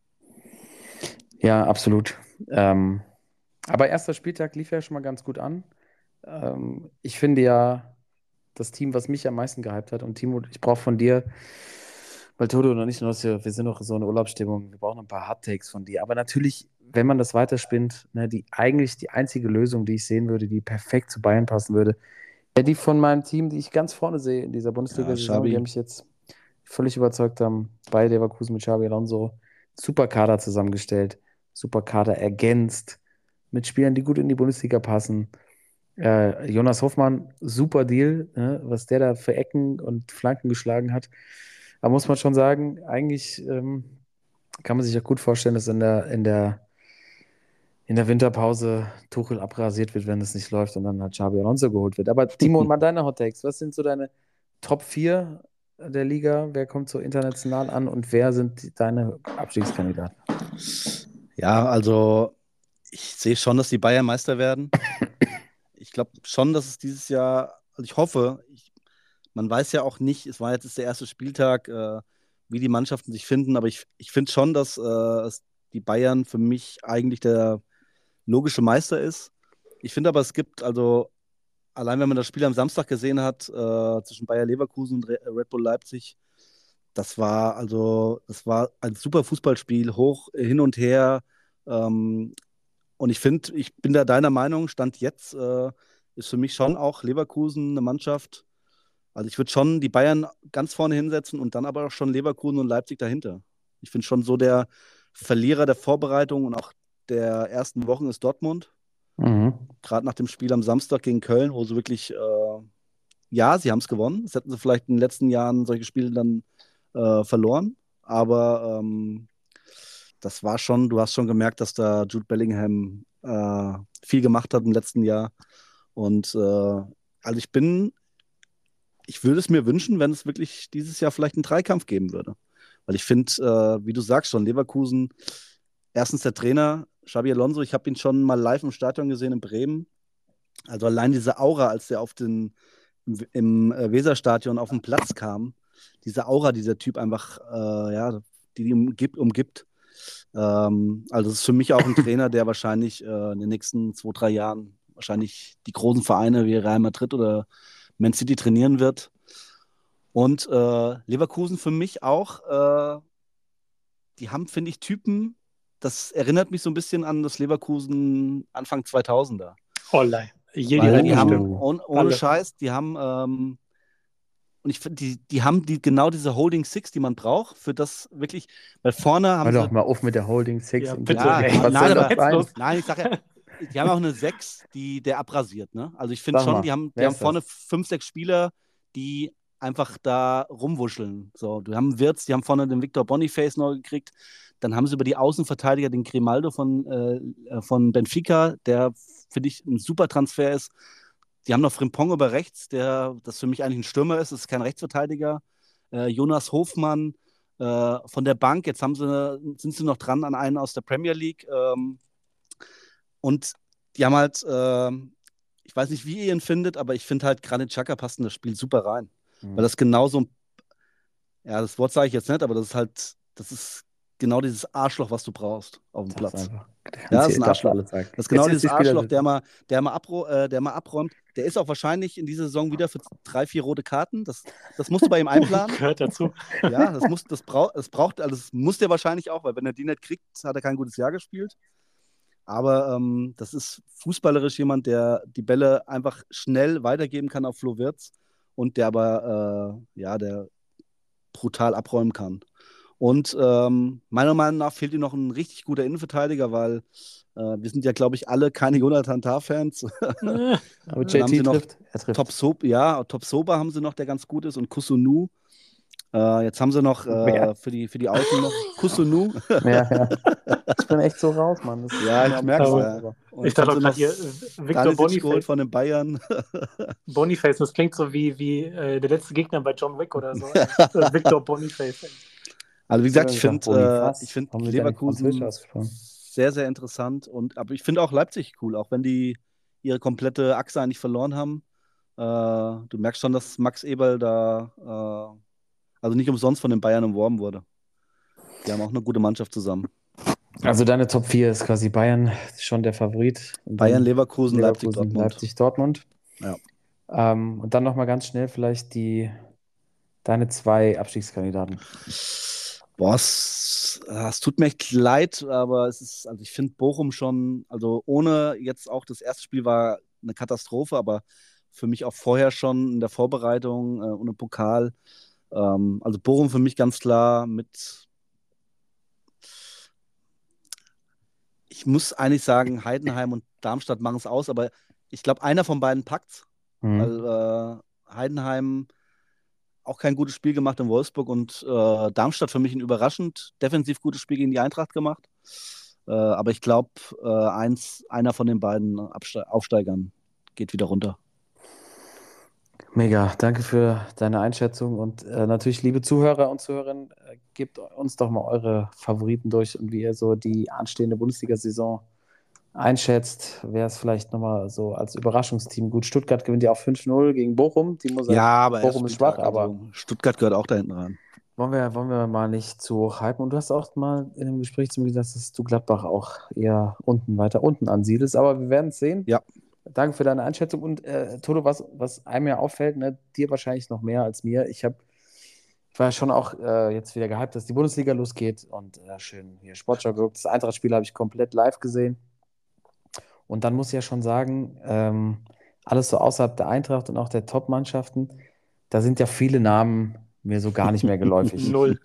Ja, absolut. Aber erster Spieltag lief ja schon mal ganz gut an. Ich finde ja, das Team, was mich am meisten gehypt hat, und Timo, ich brauche von dir, weil Toto noch nicht, wir sind noch so in Urlaubsstimmung, wir brauchen ein paar Hard-Takes von dir. Aber natürlich, wenn man das weiterspinnt, ne, die einzige Lösung, die ich sehen würde, die perfekt zu Bayern passen würde, Ja, die von meinem Team, die ich ganz vorne sehe in dieser Bundesliga-Saison, Xabi. die haben mich jetzt völlig überzeugt haben. Bei Leverkusen mit Xabi Alonso. Super Kader zusammengestellt, super Kader ergänzt, mit Spielern, die gut in die Bundesliga passen. Jonas Hoffmann, super Deal, ne, was der da für Ecken und Flanken geschlagen hat. Da muss man schon sagen, eigentlich kann man sich ja gut vorstellen, dass in der Winterpause Tuchel abrasiert wird, wenn es nicht läuft und dann halt Xabi Alonso geholt wird. Aber Timo, mal deine Hot Takes. Was sind so deine Top 4 der Liga? Wer kommt so international an und wer sind deine Abstiegskandidaten? Ja, also ich sehe schon, dass die Bayern Meister werden. Ich glaube schon, dass es dieses Jahr, also ich hoffe, man weiß ja auch nicht, es war jetzt der erste Spieltag, wie die Mannschaften sich finden, aber ich finde schon, dass die Bayern für mich eigentlich der logische Meister ist. Ich finde aber, es gibt, also allein wenn man das Spiel am Samstag gesehen hat, zwischen Bayer Leverkusen und Red Bull Leipzig, das war ein super Fußballspiel, hoch hin und her. Ähm, und ich bin da deiner Meinung, Stand jetzt ist für mich schon auch Leverkusen eine Mannschaft. Also ich würde schon die Bayern ganz vorne hinsetzen und dann aber auch schon Leverkusen und Leipzig dahinter. Ich finde schon so der Verlierer der Vorbereitung und auch der ersten Wochen ist Dortmund. Mhm. Gerade nach dem Spiel am Samstag gegen Köln, wo sie wirklich, ja, sie haben es gewonnen. Das hätten sie vielleicht in den letzten Jahren solche Spiele dann verloren. Aber das war schon, du hast schon gemerkt, dass da Jude Bellingham viel gemacht hat im letzten Jahr. Und also ich würde es mir wünschen, wenn es wirklich dieses Jahr vielleicht einen Dreikampf geben würde. Weil ich finde, wie du sagst schon, Leverkusen, erstens der Trainer, Xabi Alonso, ich habe ihn schon mal live im Stadion gesehen in Bremen. Also allein diese Aura, als der im Weserstadion auf den Platz kam, diese Aura, die dieser Typ einfach, ja, die umgibt. Also es ist für mich auch ein Trainer, der wahrscheinlich in den nächsten 2, 3 Jahren wahrscheinlich die großen Vereine wie Real Madrid oder Man City trainieren wird. Und Leverkusen für mich auch, die haben, finde ich, Typen, das erinnert mich so ein bisschen an das Leverkusen Anfang 2000er. Hollei. Jedi Weil die haben, stimmt. ohne Alle. Scheiß, die haben, und ich finde, die haben genau diese Holding Six, die man braucht, für das wirklich, weil vorne haben Hör sie. doch mal auf mit der Holding Six. Ja, im bitte. Fußball. Ja, Was nein, soll aber das sein? nein, ich sage ja, die haben auch eine 6, der abrasiert, ne? Also ich finde Sag schon, mal, die haben wer ist vorne das? 5, 6 Spieler, die einfach da rumwuscheln. So, du haben Wirtz, die haben vorne den Victor Boniface neu gekriegt. Dann haben sie über die Außenverteidiger den Grimaldo von Benfica, der, finde ich, ein super Transfer ist. Die haben noch Frimpong über rechts, das für mich eigentlich ein Stürmer ist, das ist kein Rechtsverteidiger. Jonas Hofmann von der Bank, jetzt sind sie noch dran an einen aus der Premier League. Und die haben halt, ich weiß nicht, wie ihr ihn findet, aber ich finde halt, Granit Xhaka passt in das Spiel super rein. Weil das genauso, ja, das Wort sage ich jetzt nicht, aber das ist genau dieses Arschloch, was du brauchst auf dem Sag's Platz. einfach. Du Ja, kannst das ist hier ein darfst du Arschloch. alles sagen. Das ist genau Jetzt dieses die Spieler Arschloch, der mal abräumt. Der ist auch wahrscheinlich in dieser Saison wieder für 3, 4 rote Karten. Das musst du bei ihm einplanen. Gehört dazu. Ja, das muss der wahrscheinlich auch, weil wenn er die nicht kriegt, hat er kein gutes Jahr gespielt. Aber das ist fußballerisch jemand, der die Bälle einfach schnell weitergeben kann auf Flo Wirtz und der aber der brutal abräumen kann. Und meiner Meinung nach fehlt ihm noch ein richtig guter Innenverteidiger, weil wir sind ja, glaube ich, alle keine Jonathan Tah-Fans. Äh, Aber Dann haben sie JT noch trifft. Er trifft. Top Soba haben sie noch, der ganz gut ist, und Kusunu. Jetzt haben sie noch Wer? für die Außen noch Kusunu. Ja. Ich bin echt so raus, Mann. Das Ja, tut ich mir merk's, auch ja. leid, aber- Und ich jetzt haben dachte auch sie gerade noch hier, Victor Stanisic geholt Boniface. von den Bayern. Boniface, das klingt so wie der letzte Gegner bei John Wick oder so. Victor Boniface. Also wie gesagt, ich Warum finde wird der nicht Französisch Leverkusen ausgesprochen? sehr, sehr interessant. Aber ich finde auch Leipzig cool, auch wenn die ihre komplette Achse eigentlich verloren haben. Du merkst schon, dass Max Eberl da also nicht umsonst von den Bayern umworben wurde. Die haben auch eine gute Mannschaft zusammen. Also deine Top 4 ist quasi Bayern, schon der Favorit. Und Bayern, dann Leverkusen, Leipzig, Dortmund. Leipzig, Dortmund. Ja. Und dann nochmal ganz schnell vielleicht deine 2 Abstiegskandidaten. Boah, es tut mir echt leid, aber also ich finde Bochum schon, also ohne jetzt auch das erste Spiel war eine Katastrophe, aber für mich auch vorher schon in der Vorbereitung und im Pokal. Also Bochum für mich ganz klar mit, ich muss eigentlich sagen, Heidenheim und Darmstadt machen es aus, aber ich glaube, einer von beiden packt's, weil Heidenheim auch kein gutes Spiel gemacht in Wolfsburg und Darmstadt für mich ein überraschend defensiv gutes Spiel gegen die Eintracht gemacht. Aber ich glaube, einer von den beiden Aufsteigern geht wieder runter. Mega, danke für deine Einschätzung und natürlich, liebe Zuhörer und Zuhörerinnen, gebt uns doch mal eure Favoriten durch und wie ihr so die anstehende Bundesliga-Saison einschätzt. Wer ist vielleicht nochmal so als Überraschungsteam gut? Stuttgart gewinnt ja auch 5-0 gegen Bochum. Ja, aber Bochum ist schwach, aber also Stuttgart gehört auch da hinten rein. wollen wir mal nicht zu hoch hypen. Und du hast auch mal in einem Gespräch zu mir gesagt, dass du Gladbach auch eher weiter unten ansiedelst, aber wir werden es sehen. Ja. Danke für deine Einschätzung. Und Toto, was einem ja auffällt, ne, dir wahrscheinlich noch mehr als mir. Ich war schon auch jetzt wieder gehypt, dass die Bundesliga losgeht und schön hier Sportschau geguckt. Das Eintracht-Spiel habe ich komplett live gesehen. Und dann muss ich ja schon sagen, alles so außerhalb der Eintracht und auch der Top-Mannschaften, da sind ja viele Namen mir so gar nicht mehr geläufig. Null.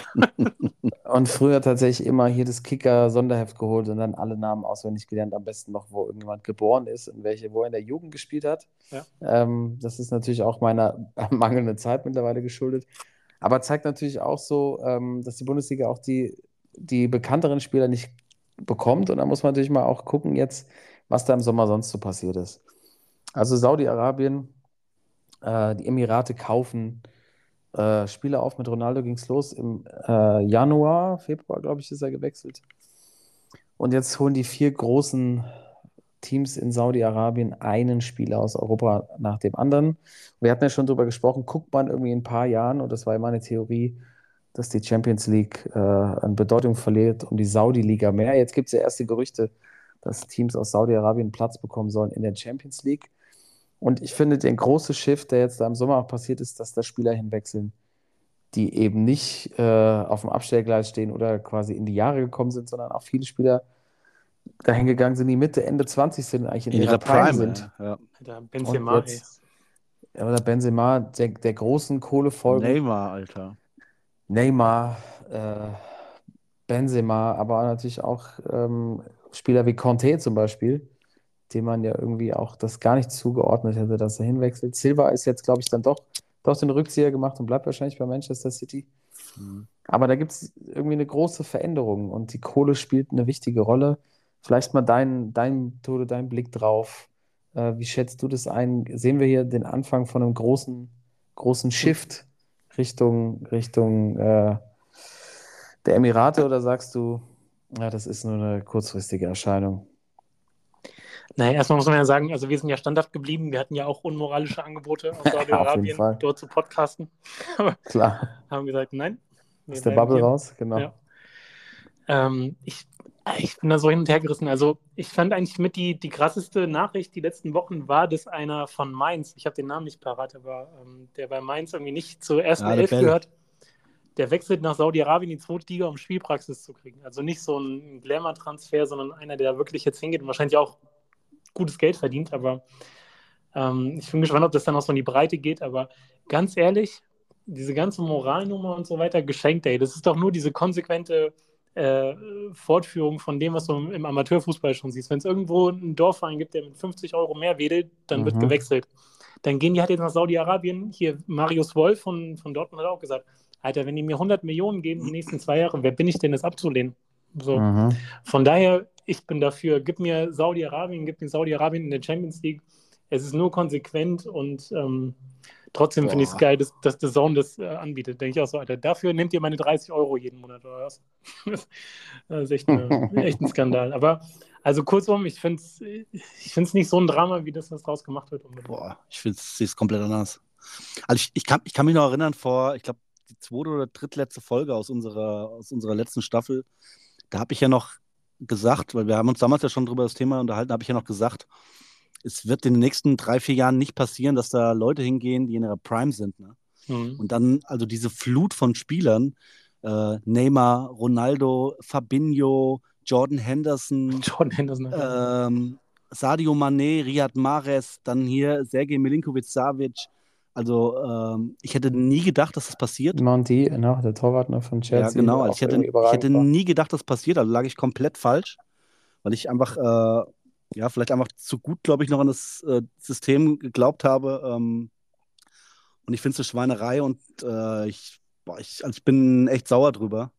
Und früher tatsächlich immer hier das Kicker-Sonderheft geholt und dann alle Namen auswendig gelernt, am besten noch, wo irgendjemand geboren ist und wo er in der Jugend gespielt hat. Ja. Das ist natürlich auch meiner mangelnden Zeit mittlerweile geschuldet. Aber zeigt natürlich auch so, dass die Bundesliga auch die bekannteren Spieler nicht bekommt. Und da muss man natürlich mal auch gucken jetzt, was da im Sommer sonst so passiert ist. Also Saudi-Arabien, die Emirate kaufen Spieler auf. Mit Ronaldo ging es los im Februar, glaube ich, ist er gewechselt. Und jetzt holen die 4 großen Teams in Saudi-Arabien einen Spieler aus Europa nach dem anderen. Wir hatten ja schon drüber gesprochen, guckt man irgendwie in ein paar Jahren, und das war immer eine Theorie, dass die Champions League an Bedeutung verliert und die Saudi-Liga mehr. Jetzt gibt es ja erste Gerüchte, dass Teams aus Saudi-Arabien Platz bekommen sollen in der Champions League. Und ich finde, der große Shift, der jetzt da im Sommer auch passiert ist, dass da Spieler hinwechseln, die eben nicht auf dem Abstellgleis stehen oder quasi in die Jahre gekommen sind, sondern auch viele Spieler dahin gegangen sind, die Mitte, Ende 20 sind, eigentlich in ihrer Prime sind. Ja. Der Benzema, Und jetzt, oder Benzema, der großen Kohlefolgen. Neymar, Benzema, aber natürlich auch Spieler wie Kanté zum Beispiel, dem man ja irgendwie auch das gar nicht zugeordnet hätte, dass er hinwechselt. Silva ist jetzt, glaube ich, dann doch den Rückzieher gemacht und bleibt wahrscheinlich bei Manchester City. Aber da gibt es irgendwie eine große Veränderung und die Kohle spielt eine wichtige Rolle. Vielleicht mal dein Blick drauf. Wie schätzt du das ein? Sehen wir hier den Anfang von einem großen Shift Richtung der Emirate, oder sagst du, ja, das ist nur eine kurzfristige Erscheinung? Naja, erstmal muss man ja sagen, also wir sind ja standhaft geblieben. Wir hatten ja auch unmoralische Angebote aus Saudi-Arabien, Fall. dort zu podcasten. Klar. Haben gesagt, nein. Aus der Bubble raus, genau. Ja. Ich bin da so hin und her gerissen. Also ich fand eigentlich mit die krasseste Nachricht die letzten Wochen war, dass einer von Mainz, ich habe den Namen nicht parat, aber der bei Mainz irgendwie nicht zur ersten Elf gehört, der wechselt nach Saudi-Arabien in die zweite Liga, um Spielpraxis zu kriegen. Also nicht so ein Glamour-Transfer, sondern einer, der wirklich jetzt hingeht und wahrscheinlich auch gutes Geld verdient. Aber ich bin gespannt, ob das dann auch so in die Breite geht. Aber ganz ehrlich, diese ganze Moralnummer und so weiter, geschenkt, ey. Das ist doch nur diese konsequente Fortführung von dem, was du im Amateurfußball schon siehst. Wenn es irgendwo einen Dorfverein gibt, der mit 50 Euro mehr wedelt, dann wird gewechselt. Dann gehen die halt jetzt nach Saudi-Arabien. Hier, Marius Wolf von Dortmund hat auch gesagt, Alter, wenn die mir 100 Millionen geben die nächsten 2 Jahre, wer bin ich denn, das abzulehnen? So. Von daher, ich bin dafür, gib mir Saudi-Arabien in der Champions League. Es ist nur konsequent und trotzdem finde ich es geil, dass The Zone das anbietet. Denke ich auch so, Alter, dafür nehmt ihr meine 30 Euro jeden Monat oder was? Das ist echt ein Skandal. Aber also kurzum, ich finde es nicht so ein Drama, wie das draus gemacht wird. Ich sehe es komplett anders. Also ich kann mich noch erinnern, ich glaube, die 2. oder 3. letzte Folge aus unserer letzten Staffel, da habe ich ja noch gesagt, weil wir haben uns damals ja schon drüber das Thema unterhalten, habe ich ja noch gesagt, es wird in den nächsten 3, 4 Jahren nicht passieren, dass da Leute hingehen, die in ihrer Prime sind. Ne? Und dann, also diese Flut von Spielern, Neymar, Ronaldo, Fabinho, Jordan Henderson, Sadio Mané, Riyad Mahrez, dann hier Sergej Milinkovic-Savic. Also ich hätte nie gedacht, dass das passiert. Monty, ne, der Torwart noch von Ja, Chelsea, genau. der Also auch ich hätte, irgendwie ich hätte überragend war. nie gedacht, dass passiert. Also lag ich komplett falsch, weil ich einfach, ja, vielleicht einfach zu gut, glaube ich, noch an das System geglaubt habe. Und ich finde es eine Schweinerei und also ich bin echt sauer drüber.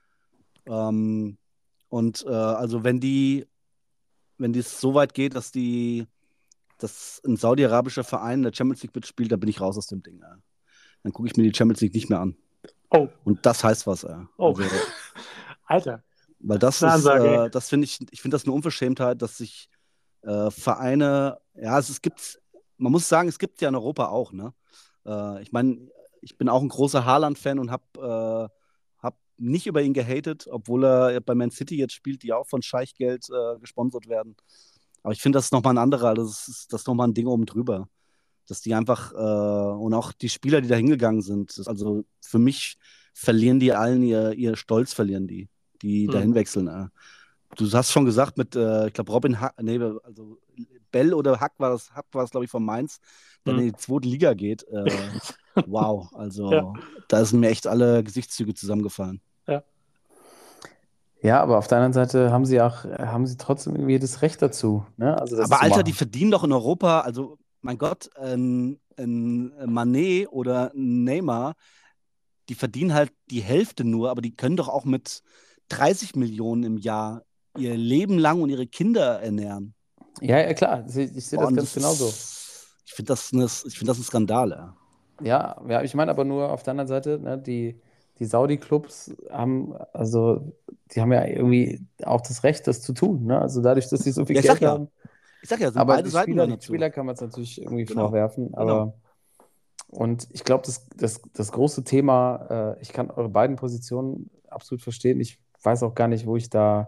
Und also wenn es so weit geht, dass ein saudi-arabischer Verein in der Champions League mitspielt, dann bin ich raus aus dem Ding. Ja. Dann gucke ich mir die Champions League nicht mehr an. Oh, Und das heißt was. Ja. oh. Also, Alter. weil das Eine ist, Ansage. das finde ich finde das eine Unverschämtheit, dass sich Vereine, ja, man muss sagen, es gibt ja in Europa auch, ne? Ich meine, ich bin auch ein großer Haaland-Fan und hab nicht über ihn gehatet, obwohl er bei Man City jetzt spielt, die auch von Scheichgeld gesponsert werden. Aber ich finde, das ist nochmal ein anderer, das ist nochmal ein Ding oben drüber. Dass die einfach, und auch die Spieler, die da hingegangen sind, also für mich verlieren die allen ihr Stolz, verlieren die dahin wechseln. Du hast schon gesagt, ich glaube, Robin Hack, nee, also Bell oder Hack war es, glaube ich, von Mainz, der in die zweite Liga geht. Wow, also Ja. da sind mir echt alle Gesichtszüge zusammengefallen. Ja. Ja, aber auf der anderen Seite haben sie trotzdem irgendwie das Recht dazu, ne? Also das Aber zu Alter, machen. die verdienen doch in Europa, also mein Gott, ein Mané oder ein Neymar, die verdienen halt die Hälfte nur, aber die können doch auch mit 30 Millionen im Jahr ihr Leben lang und ihre Kinder ernähren. Ja, klar, ich sehe das Und ganz genauso. Ich finde das ein Skandal. Ja. Ja, ich meine aber nur auf der anderen Seite, ne, die Saudi-Clubs die haben ja irgendwie auch das Recht, das zu tun, ne? Also dadurch, dass sie so viel Ja, ich sag Geld ja. haben. Ich sag ja, sind Aber beide Seiten gehören die dazu. Spieler kann man es natürlich irgendwie Genau. vorwerfen, aber und ich glaube, das große Thema, ich kann eure beiden Positionen absolut verstehen. Ich weiß auch gar nicht, wo ich da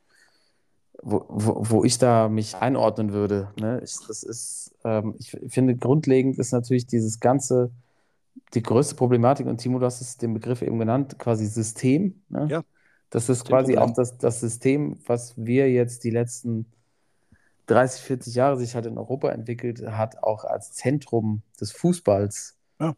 mich einordnen würde. Ne? Ich finde, grundlegend ist natürlich die größte Problematik, und Timo, du hast den Begriff eben genannt, quasi System. Ne? Ja, Das ist quasi Systemproblem. auch das System, was wir jetzt die letzten 30, 40 Jahre sich halt in Europa entwickelt hat, auch als Zentrum des Fußballs Ja.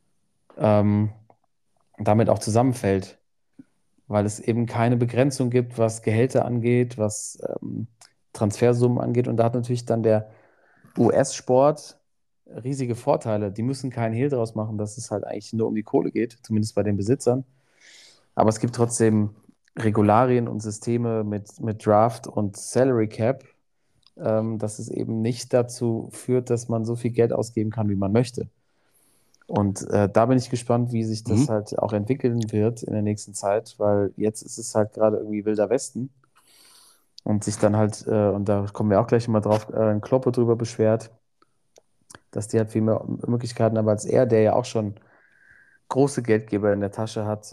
damit auch zusammenfällt. Weil es eben keine Begrenzung gibt, was Gehälter angeht, was Transfersummen angeht. Und da hat natürlich dann der US-Sport riesige Vorteile. Die müssen keinen Hehl draus machen, dass es halt eigentlich nur um die Kohle geht, zumindest bei den Besitzern. Aber es gibt trotzdem Regularien und Systeme mit Draft und Salary Cap, dass es eben nicht dazu führt, dass man so viel Geld ausgeben kann, wie man möchte. Und da bin ich gespannt, wie sich das halt auch entwickeln wird in der nächsten Zeit, weil jetzt ist es halt gerade irgendwie Wilder Westen und sich dann halt, und da kommen wir auch gleich mal drauf, ein Kloppe drüber beschwert, dass die halt viel mehr Möglichkeiten haben als er, der ja auch schon große Geldgeber in der Tasche hat.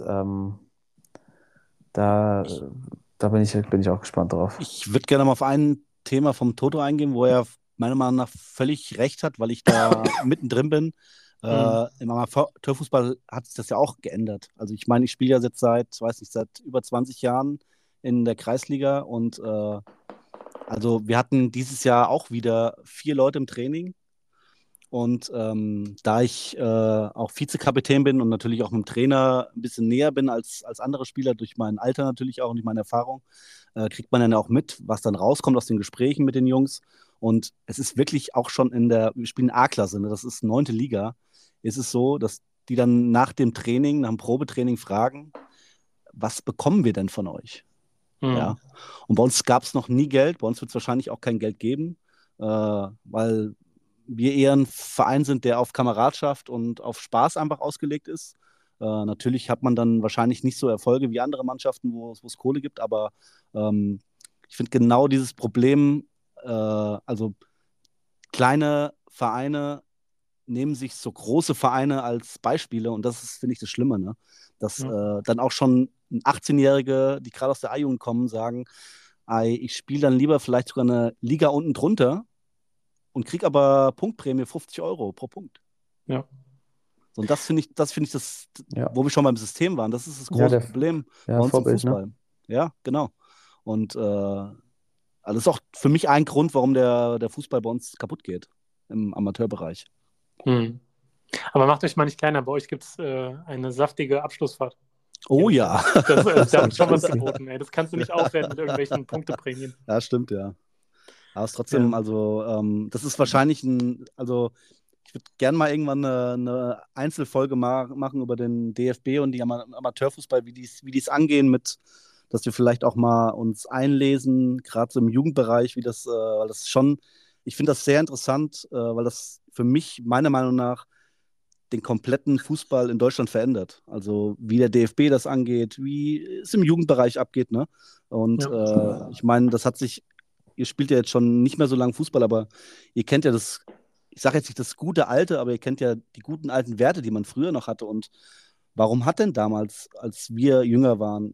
Da bin ich auch gespannt drauf. Ich würde gerne mal auf ein Thema vom Toto eingehen, wo er meiner Meinung nach völlig recht hat, weil ich da mittendrin bin. Im Amateurfußball hat sich das ja auch geändert. Also ich meine, ich spiele ja jetzt seit über 20 Jahren in der Kreisliga und also wir hatten dieses Jahr auch wieder 4 Leute im Training. Und da ich auch Vizekapitän bin und natürlich auch mit dem Trainer ein bisschen näher bin als andere Spieler, durch mein Alter natürlich auch und durch meine Erfahrung, kriegt man dann auch mit, was dann rauskommt aus den Gesprächen mit den Jungs. Und es ist wirklich auch schon wir spielen A-Klasse, ne? Das ist 9. Liga, ist es so, dass die dann nach dem Training, nach dem Probetraining fragen, was bekommen wir denn von euch? Ja. Und bei uns gab es noch nie Geld, bei uns wird es wahrscheinlich auch kein Geld geben, weil wir eher ein Verein sind, der auf Kameradschaft und auf Spaß einfach ausgelegt ist. Natürlich hat man dann wahrscheinlich nicht so Erfolge wie andere Mannschaften, wo es Kohle gibt, aber ich finde genau dieses Problem, also kleine Vereine nehmen sich so große Vereine als Beispiele und das ist, finde ich, das Schlimme, ne? Dass dann auch schon 18-Jährige, die gerade aus der A-Jugend kommen, sagen, ich spiele dann lieber vielleicht sogar eine Liga unten drunter und krieg aber Punktprämie 50 Euro pro Punkt. Ja. Und das finde ich Ja. wo wir schon beim System waren, das ist das Ja, große Problem bei uns Vorbild, im Fußball. ne? Ja, genau. Und Also das ist auch für mich ein Grund, warum der Fußball bei uns kaputt geht im Amateurbereich. Hm. Aber macht euch mal nicht kleiner, bei euch gibt es eine saftige Abschlussfahrt. Oh ja. Da ist schon was geboten, ey. Das kannst du nicht aufwerten mit irgendwelchen Punkteprämien. Ja, stimmt, ja. Aber es ist trotzdem, das ist wahrscheinlich ich würde gerne mal irgendwann eine Einzelfolge machen über den DFB und die Amateurfußball, wie die es angehen dass wir vielleicht auch mal uns einlesen, gerade so im Jugendbereich, weil das schon, ich finde das sehr interessant, weil das für mich, meiner Meinung nach, den kompletten Fußball in Deutschland verändert. Also wie der DFB das angeht, wie es im Jugendbereich abgeht, ne? Und ich meine, ihr spielt ja jetzt schon nicht mehr so lange Fußball, aber ihr kennt ja ich sage jetzt nicht das gute Alte, aber ihr kennt ja die guten alten Werte, die man früher noch hatte. Und warum hat denn damals, als wir jünger waren,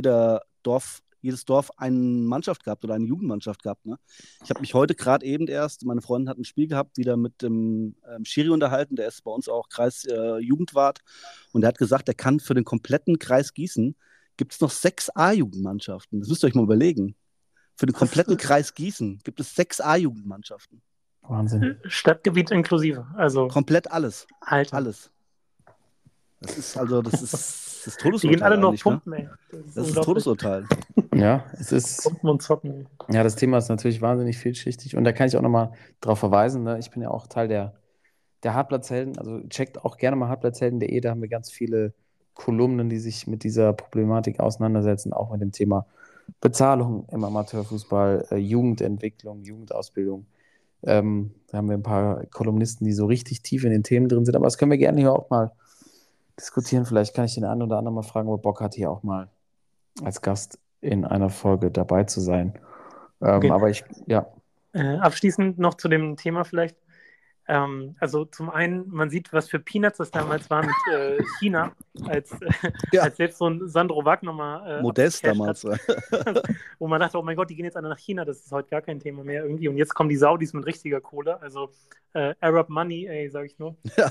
jedes Dorf eine Mannschaft gehabt oder eine Jugendmannschaft gehabt? Ne? Ich habe mich heute gerade eben erst, meine Freundin hat ein Spiel gehabt, wieder mit dem Schiri unterhalten, der ist bei uns auch Kreisjugendwart und der hat gesagt, der kann für den kompletten Kreis Gießen, gibt es noch 6 A-Jugendmannschaften. Das müsst ihr euch mal überlegen. Für den kompletten Kreis Gießen gibt es 6 A-Jugendmannschaften. Wahnsinn. Stadtgebiet inklusive. Also komplett alles. Alter. Alles. Das ist Todesurteil. Die gehen alle noch eigentlich, pumpen, ne? ey. Das ist Todesurteil. Ja, es ist. Pumpen und zocken. Ja, das Thema ist natürlich wahnsinnig vielschichtig und da kann ich auch nochmal darauf verweisen, ne? Ich bin ja auch Teil der Hartplatzhelden, also checkt auch gerne mal hartplatzhelden.de, da haben wir ganz viele Kolumnen, die sich mit dieser Problematik auseinandersetzen, auch mit dem Thema Bezahlung im Amateurfußball, Jugendentwicklung, Jugendausbildung. Da haben wir ein paar Kolumnisten, die so richtig tief in den Themen drin sind, aber das können wir gerne hier auch mal diskutieren. Vielleicht kann ich den einen oder anderen mal fragen, ob er Bock hat, hier auch mal als Gast in einer Folge dabei zu sein. Okay. Aber abschließend noch zu dem Thema vielleicht. Also zum einen, man sieht, was für Peanuts das damals war mit China, als selbst so ein Sandro Wagner mal Modest damals. wo man dachte, oh mein Gott, die gehen jetzt alle nach China, das ist heute gar kein Thema mehr irgendwie. Und jetzt kommen die Saudis mit richtiger Kohle, also Arab Money, ey, sag ich nur. Ja.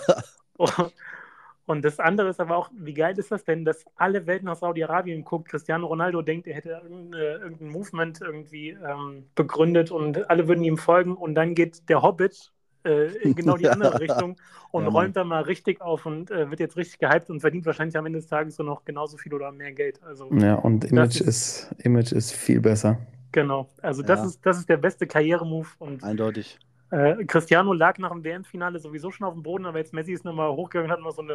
Und das andere ist aber auch, wie geil ist das denn, dass alle Welt nach Saudi-Arabien guckt, Cristiano Ronaldo denkt, er hätte irgendein Movement irgendwie begründet und alle würden ihm folgen und dann geht der Hobbit genau die andere Richtung und räumt da mal richtig auf und wird jetzt richtig gehypt und verdient wahrscheinlich am Ende des Tages so noch genauso viel oder mehr Geld. Also, ja, und Image ist viel besser. Genau, also das ist der beste Karrieremove. Und eindeutig. Cristiano lag nach dem WM-Finale sowieso schon auf dem Boden, aber jetzt Messi ist nochmal hochgegangen und hat noch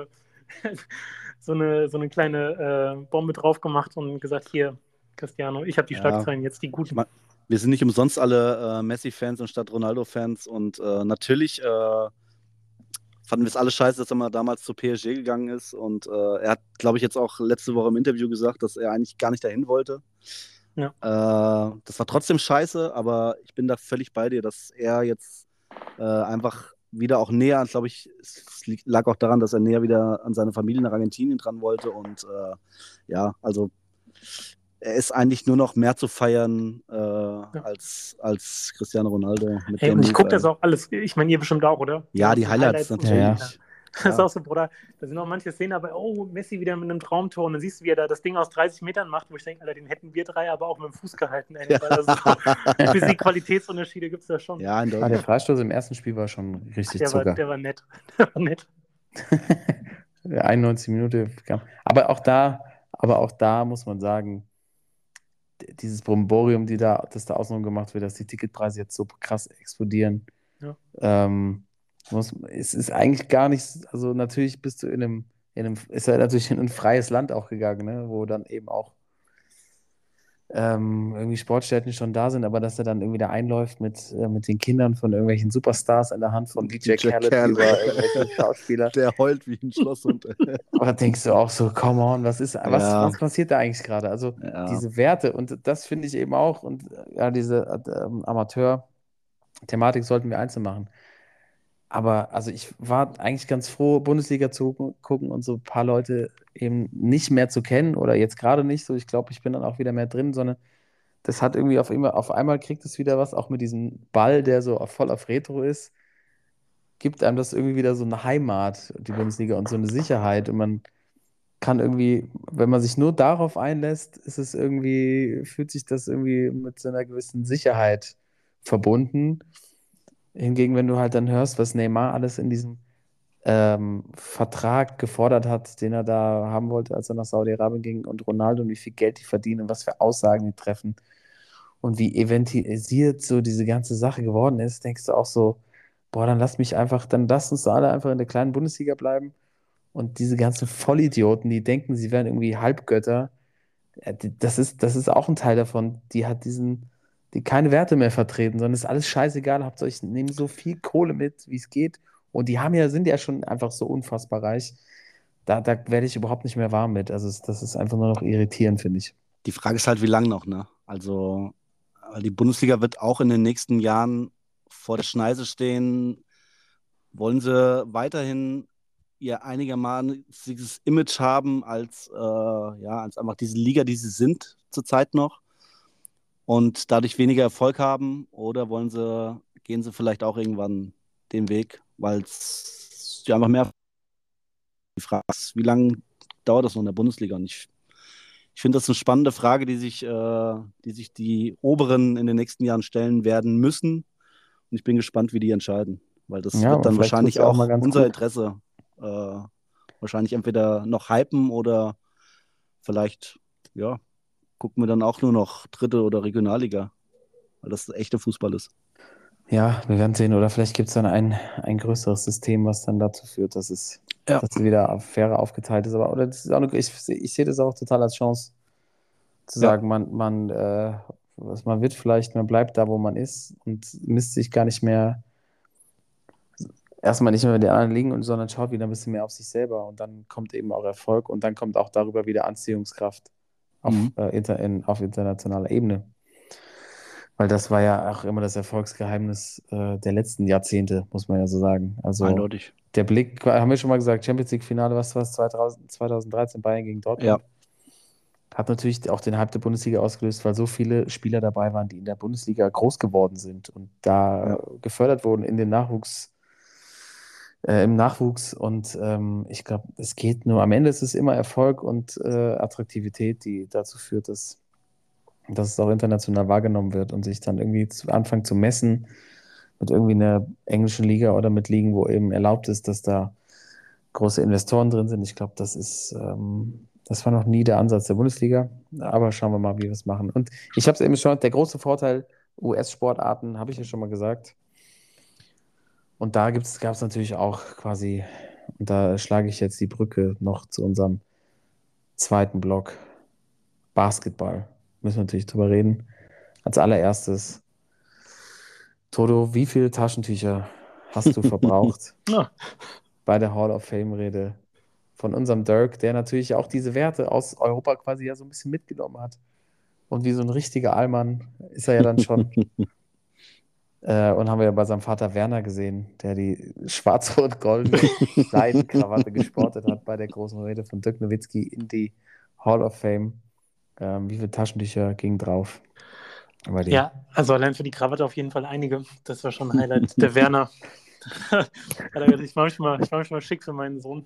so eine kleine Bombe drauf gemacht und gesagt, hier, Cristiano, ich habe die Schlagzeilen, jetzt die guten. Wir sind nicht umsonst alle Messi-Fans anstatt Ronaldo-Fans und natürlich fanden wir es alle scheiße, dass er mal damals zu PSG gegangen ist und er hat, glaube ich, jetzt auch letzte Woche im Interview gesagt, dass er eigentlich gar nicht dahin wollte. Ja. Das war trotzdem scheiße, aber ich bin da völlig bei dir, dass er jetzt einfach wieder auch näher, glaube ich, es lag auch daran, dass er näher wieder an seine Familie nach Argentinien dran wollte und also er ist eigentlich nur noch mehr zu feiern als Cristiano Ronaldo. Hey, und ich gucke das auch alles, ich meine, ihr bestimmt auch, oder? Ja, die Highlights natürlich. Ja. Das ist auch so, Bruder, da sind auch manche Szenen, aber Messi wieder mit einem Traumtor und dann siehst du, wie er da das Ding aus 30 Metern macht, wo ich denke, Alter, den hätten wir 3 aber auch mit dem Fuß gehalten. Ey, für die Qualitätsunterschiede gibt es da schon. Ja, der Freistoß im ersten Spiel war schon richtig Zucker. Der war nett. 91 Minuten. Aber auch da muss man sagen, dieses Bromborium, das da außenrum gemacht wird, dass die Ticketpreise jetzt so krass explodieren. Ja. Es ist eigentlich gar nicht, also natürlich bist du ist er natürlich in ein freies Land auch gegangen, ne, wo dann eben auch irgendwie Sportstätten schon da sind, aber dass er dann irgendwie da einläuft mit den Kindern von irgendwelchen Superstars in der Hand von DJ Khaled über irgendwelche Schauspieler. Der heult wie ein Schlosshund. Aber denkst du auch so, come on, was passiert da eigentlich gerade? Also diese Werte und das finde ich eben auch und diese Amateur-Thematik sollten wir einzeln machen. Aber also ich war eigentlich ganz froh, Bundesliga zu gucken und so ein paar Leute eben nicht mehr zu kennen oder jetzt gerade nicht so. Ich glaube, ich bin dann auch wieder mehr drin, sondern das hat irgendwie auf einmal kriegt es wieder was, auch mit diesem Ball, der so voll auf Retro ist, gibt einem das irgendwie wieder so eine Heimat, die Bundesliga und so eine Sicherheit und man kann irgendwie, wenn man sich nur darauf einlässt, fühlt sich das irgendwie mit so einer gewissen Sicherheit verbunden. Hingegen, wenn du halt dann hörst, was Neymar alles in diesem Vertrag gefordert hat, den er da haben wollte, als er nach Saudi-Arabien ging, und Ronaldo und wie viel Geld die verdienen und was für Aussagen die treffen und wie eventualisiert so diese ganze Sache geworden ist, denkst du auch so, boah, dann lass uns da alle einfach in der kleinen Bundesliga bleiben und diese ganzen Vollidioten, die denken, sie wären irgendwie Halbgötter, das ist auch ein Teil davon, die keine Werte mehr vertreten, sondern es ist alles scheißegal, nehmt so viel Kohle mit, wie es geht. Und sind ja schon einfach so unfassbar reich. Da werde ich überhaupt nicht mehr warm mit. Also das ist einfach nur noch irritierend, finde ich. Die Frage ist halt, wie lang noch, ne? Also, die Bundesliga wird auch in den nächsten Jahren vor der Schneise stehen. Wollen sie weiterhin ihr einigermaßiges Image haben als einfach diese Liga, die sie sind zurzeit noch und dadurch weniger Erfolg haben? Oder gehen sie vielleicht auch irgendwann den Weg, weil es ja einfach mehr die Frage ist, wie lange dauert das noch in der Bundesliga? Und ich finde das eine spannende Frage, die sich die Oberen in den nächsten Jahren stellen werden müssen. Und ich bin gespannt, wie die entscheiden. Weil das Ja, wird aber dann vielleicht tut's wahrscheinlich ja auch mal auch ganz unser gut. Interesse wahrscheinlich entweder noch hypen oder vielleicht, ja, gucken wir dann auch nur noch Dritte oder Regionalliga, weil das echter Fußball ist. Ja, wir werden sehen. Oder vielleicht gibt es dann ein größeres System, was dann dazu führt, Ja. dass es wieder fairer aufgeteilt ist. Oder das ist auch ich sehe das auch total als Chance, zu Ja. sagen, man bleibt da, wo man ist und misst sich gar nicht mehr, erstmal nicht mehr mit den anderen liegen, sondern schaut wieder ein bisschen mehr auf sich selber. Und dann kommt eben auch Erfolg und dann kommt auch darüber wieder Anziehungskraft auf Mhm. internationaler Ebene. Weil das war ja auch immer das Erfolgsgeheimnis der letzten Jahrzehnte, muss man ja so sagen. Also Eindeutig. der Blick, haben wir schon mal gesagt, Champions League-Finale, was war es, 2013 Bayern gegen Dortmund? Ja. Hat natürlich auch den Hype der Bundesliga ausgelöst, weil so viele Spieler dabei waren, die in der Bundesliga groß geworden sind und da gefördert wurden im Nachwuchs. Und ich glaube, am Ende ist es immer Erfolg und Attraktivität, die dazu führt, dass es auch international wahrgenommen wird und sich dann irgendwie anfangen zu messen mit irgendwie einer englischen Liga oder mit Ligen, wo eben erlaubt ist, dass da große Investoren drin sind. Ich glaube, das war noch nie der Ansatz der Bundesliga, aber schauen wir mal, wie wir es machen. Und ich habe es eben schon, der große Vorteil US-Sportarten, habe ich ja schon mal gesagt. Und da gab es natürlich auch quasi, und da schlage ich jetzt die Brücke noch zu unserem zweiten Block, Basketball. Müssen wir natürlich drüber reden. Als allererstes, Toto, wie viele Taschentücher hast du verbraucht Ja. bei der Hall of Fame-Rede von unserem Dirk, der natürlich auch diese Werte aus Europa quasi ja so ein bisschen mitgenommen hat. Und wie so ein richtiger Allmann ist er ja dann schon. Und haben wir ja bei seinem Vater Werner gesehen, der die schwarz-rot-goldene Seidenkrawatte gesportet hat bei der großen Rede von Dirk Nowitzki in die Hall of Fame. Wie viele Taschentücher gingen drauf bei dir? Ja, also allein für die Krawatte auf jeden Fall einige. Das war schon ein Highlight. Der Werner. Hat er gesagt, ich mache mich mal schick für meinen Sohn.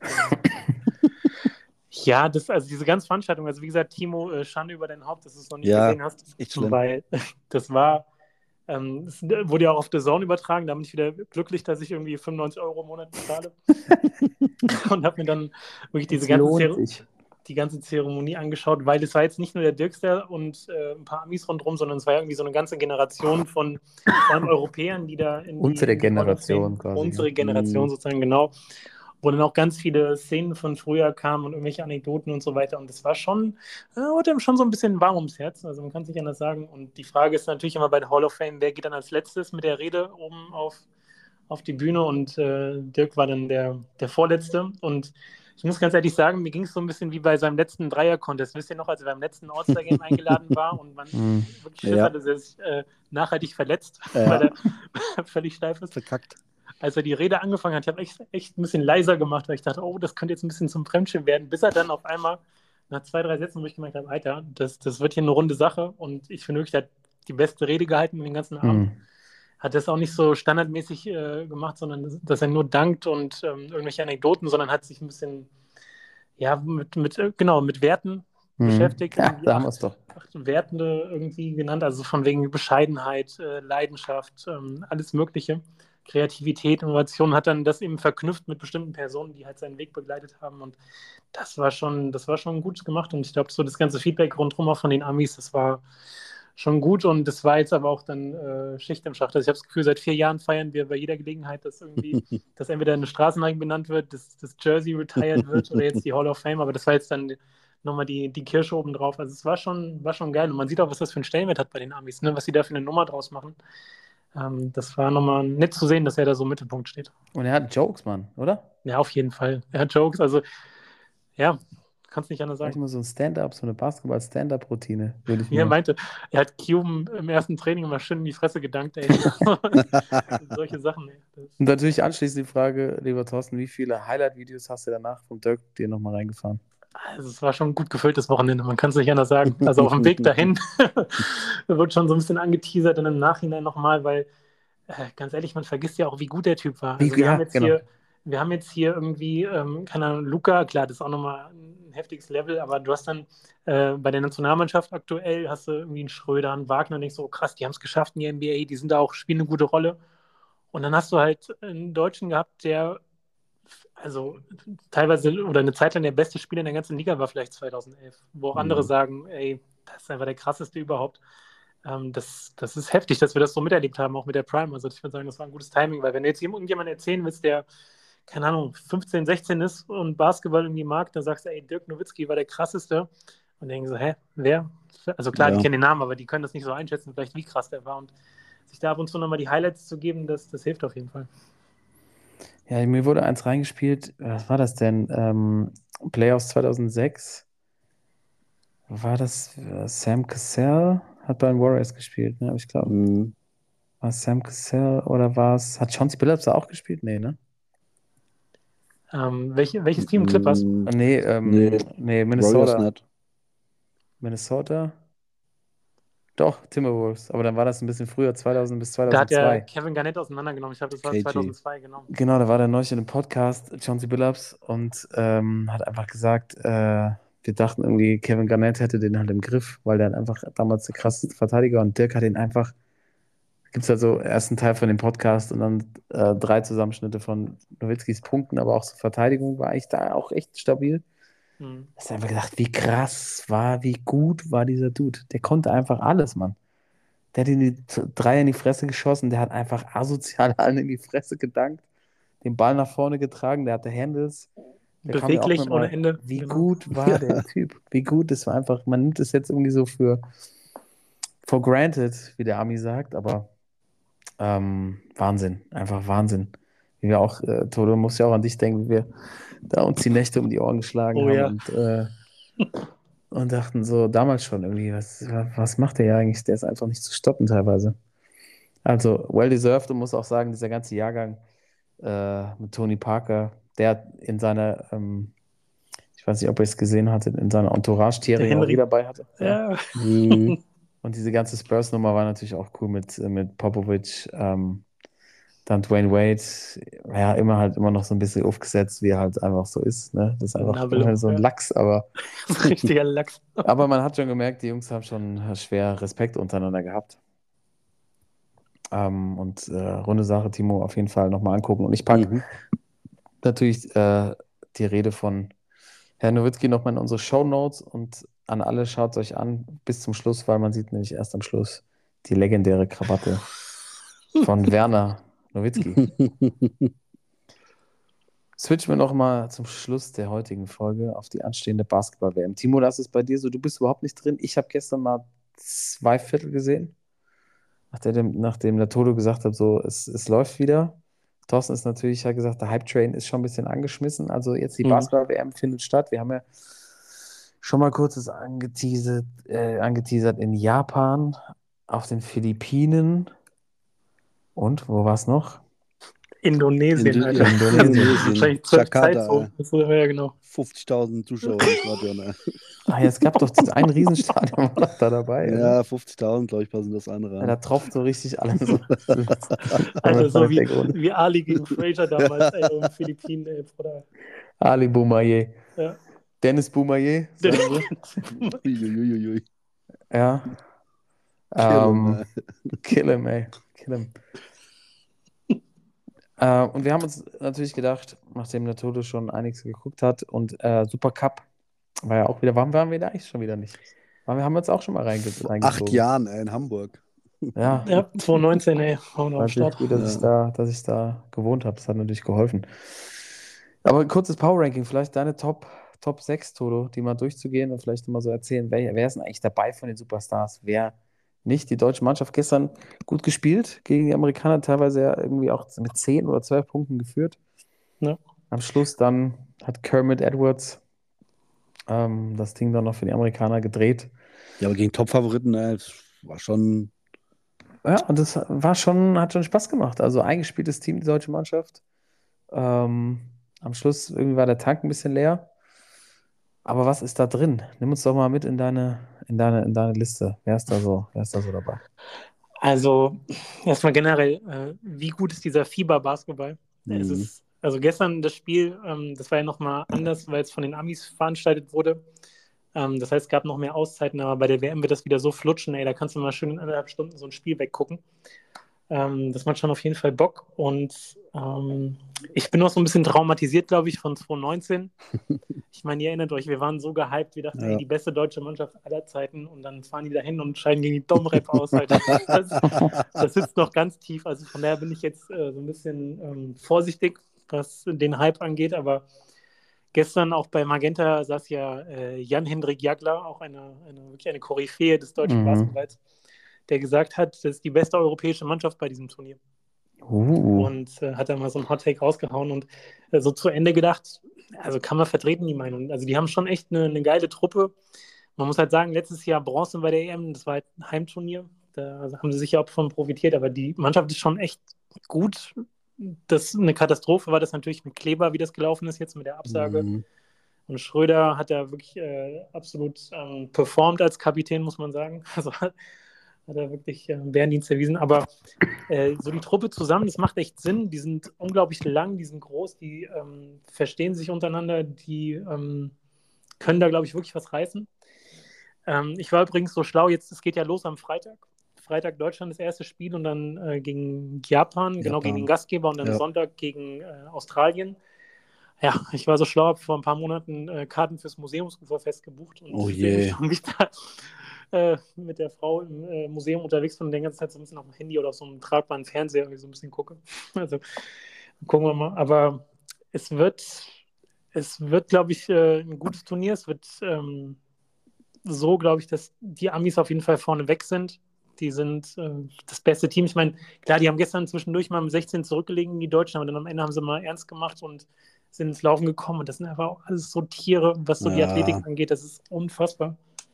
Ja, also diese ganze Veranstaltung, also wie gesagt, Timo, Schande über dein Haupt, dass du es noch nicht gesehen hast. Echt schlimm. Weil das wurde ja auch auf The Zone übertragen. Da bin ich wieder glücklich, dass ich irgendwie 95 € im Monat bezahle. Und habe mir dann wirklich die ganze Zeremonie angeschaut, weil es war jetzt nicht nur der Dirkster und ein paar Amis rundherum, sondern es war irgendwie so eine ganze Generation von vor allem Europäern, die da Unsere Generation quasi. Unsere Generation sozusagen, genau. Wo dann auch ganz viele Szenen von früher kamen und irgendwelche Anekdoten und so weiter. Und das war wurde schon so ein bisschen warm ums Herz. Also man kann es nicht anders sagen. Und die Frage ist natürlich immer bei der Hall of Fame, wer geht dann als letztes mit der Rede oben auf die Bühne? Und Dirk war dann der Vorletzte. Und ich muss ganz ehrlich sagen, mir ging es so ein bisschen wie bei seinem letzten Dreier-Contest. Wisst ihr noch, als er beim letzten All-Star-Game eingeladen war und man wirklich Schiss hatte, dass er sich nachhaltig verletzt, weil er völlig steif ist. Verkackt. Als er die Rede angefangen hat, ich habe echt ein bisschen leiser gemacht, weil ich dachte, oh, das könnte jetzt ein bisschen zum Fremdschirm werden, bis er dann auf einmal nach 2, 3 Sätzen, wo ich gemerkt habe, Alter, das wird hier eine runde Sache und ich finde wirklich, er hat die beste Rede gehalten den ganzen Abend. Hat das auch nicht so standardmäßig gemacht, sondern dass er nur dankt und irgendwelche Anekdoten, sondern hat sich ein bisschen ja, genau, mit Werten beschäftigt. Ja, Irgendwie da haben wir es doch. 8 Werte irgendwie genannt, also von wegen Bescheidenheit, Leidenschaft, alles Mögliche. Kreativität, Innovation, hat dann das eben verknüpft mit bestimmten Personen, die halt seinen Weg begleitet haben. Und das war schon gut gemacht. Und ich glaube, so das ganze Feedback rundherum auch von den Amis, das war schon gut. Und das war jetzt aber auch dann Schicht im Schacht. Also ich habe das Gefühl, seit 4 Jahren feiern wir bei jeder Gelegenheit, dass irgendwie, dass entweder eine Straßenrennen benannt wird, dass das Jersey retired wird oder jetzt die Hall of Fame. Aber das war jetzt dann nochmal die Kirsche oben drauf. Also es war schon geil. Und man sieht auch, was das für einen Stellenwert hat bei den Amis, ne? Was sie da für eine Nummer draus machen. Das war nochmal nett zu sehen, dass er da so im Mittelpunkt steht. Und er hat Jokes, Mann, oder? Ja, auf jeden Fall. Er hat Jokes, also ja, kannst nicht anders Vielleicht sagen. mal so ein Stand-up, so eine Basketball-Stand-up-Routine, würde ich Wie er mir. meinte, er hat Cuban im ersten Training immer schön in die Fresse gedankt, ey. Solche Sachen, ey. Und natürlich anschließend die Frage, lieber Thorsten, wie viele Highlight-Videos hast du danach vom Dirk dir nochmal reingefahren? Also es war schon ein gut gefülltes Wochenende, man kann es nicht anders sagen. Also auf dem Weg dahin wird schon so ein bisschen angeteasert und im Nachhinein nochmal, weil ganz ehrlich, man vergisst ja auch, wie gut der Typ war. Also Ja, genau. wir haben jetzt hier irgendwie, keine Ahnung, Luka, klar, das ist auch nochmal ein heftiges Level, aber du hast dann bei der Nationalmannschaft aktuell, hast du irgendwie einen Schröder, einen Wagner und denkst so, oh, krass, die haben es geschafft in die NBA, die sind da auch, spielen eine gute Rolle. Und dann hast du halt einen Deutschen gehabt, der also teilweise oder eine Zeit lang der beste Spieler in der ganzen Liga war vielleicht 2011, wo auch andere sagen, ey, das ist einfach der krasseste überhaupt. Das ist heftig, dass wir das so miterlebt haben, auch mit der Prime. Also ich würde sagen, das war ein gutes Timing, weil wenn du jetzt irgendjemanden erzählen willst, der, keine Ahnung, 15, 16 ist und Basketball irgendwie mag, dann sagst du, ey, Dirk Nowitzki war der krasseste. Und denken so, hä, wer? Also klar, die Ja. kennen den Namen, aber die können das nicht so einschätzen, vielleicht wie krass der war. Und sich da ab und zu nochmal die Highlights zu geben, das hilft auf jeden Fall. Ja, mir wurde eins reingespielt. Was war das denn? Playoffs 2006. War das Sam Cassell? Hat bei den Warriors gespielt, ne? Aber ich glaube, Mhm. war es Sam Cassell oder war es. Hat Chauncey Billups da auch gespielt? Nee, ne? Welches Team, Clippers? Nee, Nee, nee, Warriors Minnesota. nicht. Minnesota? Doch, Timberwolves. Aber dann war das ein bisschen früher, 2000 bis Da hat er 2002. Kevin Garnett auseinandergenommen. Ich glaube, das war KG. 2002, genau. Genau, da war der neulich in einem Podcast, Chauncey Billups, und hat einfach gesagt, wir dachten irgendwie, Kevin Garnett hätte den halt im Griff, weil der halt einfach damals der krasseste Verteidiger und Dirk hat ihn einfach, gibt es halt so ersten Teil von dem Podcast und dann 3 Zusammenschnitte von Nowitzkis Punkten, aber auch so Verteidigung war eigentlich da auch echt stabil. Mhm. Hast du einfach gedacht, wie gut war dieser Dude. Der konnte einfach alles, Mann. Der hat ihn die 3 in die Fresse geschossen, der hat einfach asozial allen in die Fresse gedankt, den Ball nach vorne getragen, der hatte Handles. Der kam mir auch Beweglich ohne nochmal, Ende. wie Genau. gut war der Typ? Wie gut, das war einfach, man nimmt es jetzt irgendwie so for granted, wie der Ami sagt, aber Wahnsinn, einfach Wahnsinn. Wie wir auch, Toto, muss ja auch an dich denken, wie wir da uns die Nächte um die Ohren geschlagen Oh haben ja. und dachten so damals schon irgendwie, was macht der ja eigentlich? Der ist einfach nicht zu stoppen teilweise. Also, well deserved und muss auch sagen, dieser ganze Jahrgang mit Tony Parker, der in seiner, ich weiß nicht, ob ihr es gesehen hattet, in seiner Entourage Der Thierry Henry. Henry dabei hatte. Ja. Ja. Mhm. Und diese ganze Spurs-Nummer war natürlich auch cool mit Popovich, dann Dwayne Wade, ja, immer noch so ein bisschen aufgesetzt, wie er halt einfach so ist. Ne? Das ist einfach Nabelo, immer so ein ja. Lachs, aber Richtiger Lachs. man hat schon gemerkt, die Jungs haben schon schwer Respekt untereinander gehabt. Und runde Sache, Timo, auf jeden Fall nochmal angucken. Und ich packe Mhm. natürlich die Rede von Herrn Nowitzki nochmal in unsere Shownotes und an alle schaut es euch an bis zum Schluss, weil man sieht nämlich erst am Schluss die legendäre Krawatte von Werner Nowitzki. Switchen wir nochmal zum Schluss der heutigen Folge auf die anstehende Basketball-WM. Timo, das ist bei dir so, du bist überhaupt nicht drin. Ich habe gestern mal 2 Viertel gesehen, nachdem der Toto gesagt hat, so, es läuft wieder. Thorsten ist natürlich, hat gesagt, der Hype-Train ist schon ein bisschen angeschmissen. Also jetzt die Mhm. Basketball-WM findet statt. Wir haben ja schon mal kurzes angeteasert in Japan, auf den Philippinen und wo war es noch? Indonesien, Alter. Indonesien. Wahrscheinlich 12 Jakarta. Zeitzonen. Ja, genau. 50.000 Zuschauer im Stadion. Ne? Ah ja, es gab doch ein Riesenstadion war doch da dabei. Oder? Ja, 50.000, glaube ich, passen das andere Ja, an. da tropft so richtig alles. So. Alter, so Der Grund. wie Ali gegen Fraser damals, ey, in den Philippinen, ey, Bruder. Ali Boumaier. Ja. Dennis Boumaier, sagen sie. Uiuiuiui. Ja. Kill him, Ähm, Kill him, ey. Kill him. Und wir haben uns natürlich gedacht, nachdem der Toto schon einiges geguckt hat und Super Cup war ja auch wieder, warum waren wir da eigentlich schon wieder nicht? Wir haben uns auch schon mal Vor 8 reingezogen. Jahren, in Hamburg. Ja, Ja, 2019, ey, waren wir am weiß ich Start. gut, dass ich da gewohnt habe. Das hat natürlich geholfen. Aber ein kurzes Power-Ranking, vielleicht deine Top 6, Toto, die mal durchzugehen und vielleicht mal so erzählen, wer ist denn eigentlich dabei von den Superstars, wer nicht. Die deutsche Mannschaft gestern gut gespielt gegen die Amerikaner, teilweise ja irgendwie auch mit 10 oder 12 Punkten geführt. Ja. Am Schluss dann hat Kermit Edwards das Ding dann noch für die Amerikaner gedreht. Ja, aber gegen Top-Favoriten, das war schon. Ja, und das hat schon Spaß gemacht. Also eingespieltes Team, die deutsche Mannschaft. Am Schluss irgendwie war der Tank ein bisschen leer. Aber was ist da drin? Nimm uns doch mal mit in deine Liste. Wer ist da so dabei? Also, erstmal generell, wie gut ist dieser Fieber-Basketball? Es ist, also gestern das Spiel, das war ja nochmal anders, weil es von den Amis veranstaltet wurde. Das heißt, es gab noch mehr Auszeiten, aber bei der WM wird das wieder so flutschen, ey, da kannst du mal schön in 1,5 Stunden so ein Spiel weggucken. Das macht schon auf jeden Fall Bock. Und ich bin noch so ein bisschen traumatisiert, glaube ich, von 2019. Ich meine, ihr erinnert euch, wir waren so gehypt, wir dachten, ey, die beste deutsche Mannschaft aller Zeiten. Und dann fahren die da hin und scheiden gegen die Domrep aus. Halt. Das sitzt noch ganz tief. Also von daher bin ich jetzt so ein bisschen vorsichtig, was den Hype angeht. Aber gestern auch bei Magenta saß ja Jan-Hendrik Jagler, auch wirklich eine Koryphäe des deutschen Basketballs, der gesagt hat, das ist die beste europäische Mannschaft bei diesem Turnier. Und hat dann mal so einen Hot-Take rausgehauen und so zu Ende gedacht, also kann man vertreten, die Meinung. Also die haben schon echt eine geile Truppe. Man muss halt sagen, letztes Jahr Bronze bei der EM, das war halt ein Heimturnier. Da haben sie sicher auch von profitiert, aber die Mannschaft ist schon echt gut. Eine Katastrophe war das natürlich mit Kleber, wie das gelaufen ist jetzt mit der Absage. Und Schröder hat da wirklich absolut performt als Kapitän, muss man sagen. Also hat er wirklich Bärendienst erwiesen. Aber so die Truppe zusammen, das macht echt Sinn. Die sind unglaublich lang, die sind groß, die verstehen sich untereinander, die können da, glaube ich, wirklich was reißen. Ich war übrigens so schlau, es geht ja los am Freitag. Freitag Deutschland das erste Spiel und dann gegen Japan, genau gegen den Gastgeber und dann Sonntag gegen Australien. Ja, ich war so schlau, habe vor ein paar Monaten Karten fürs Museumsuferfest gebucht und mich da mit der Frau im Museum unterwegs und die ganze Zeit so ein bisschen auf dem Handy oder auf so einem tragbaren Fernseher irgendwie so ein bisschen gucke. Also gucken wir mal. Aber es wird glaube ich, ein gutes Turnier. Es wird so, glaube ich, dass die Amis auf jeden Fall vorne weg sind. Die sind das beste Team. Ich meine, klar, die haben gestern zwischendurch mal mit 16 zurückgelegen, die Deutschen, aber dann am Ende haben sie mal ernst gemacht und sind ins Laufen gekommen. Und das sind einfach auch alles so Tiere, was so die Athletik angeht. Das ist unfassbar.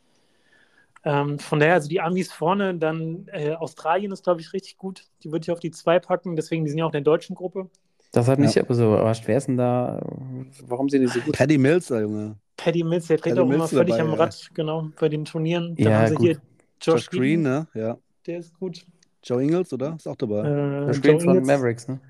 Von daher, also die Amis vorne, dann Australien ist, glaube ich, richtig gut. Die würde ich auf die 2 packen, deswegen, die sind ja auch in der deutschen Gruppe. Das hat mich aber so überrascht. Wer ist denn da? Warum sind die so gut? Paddy Mills, Junge. Paddy Mills, der dreht auch immer völlig am Rad, genau, bei den Turnieren. Dann haben sie hier Josh Green, ne? Ja. Der ist gut. Joe Ingles, oder? Ist auch dabei. Josh Green von Mavericks, ne?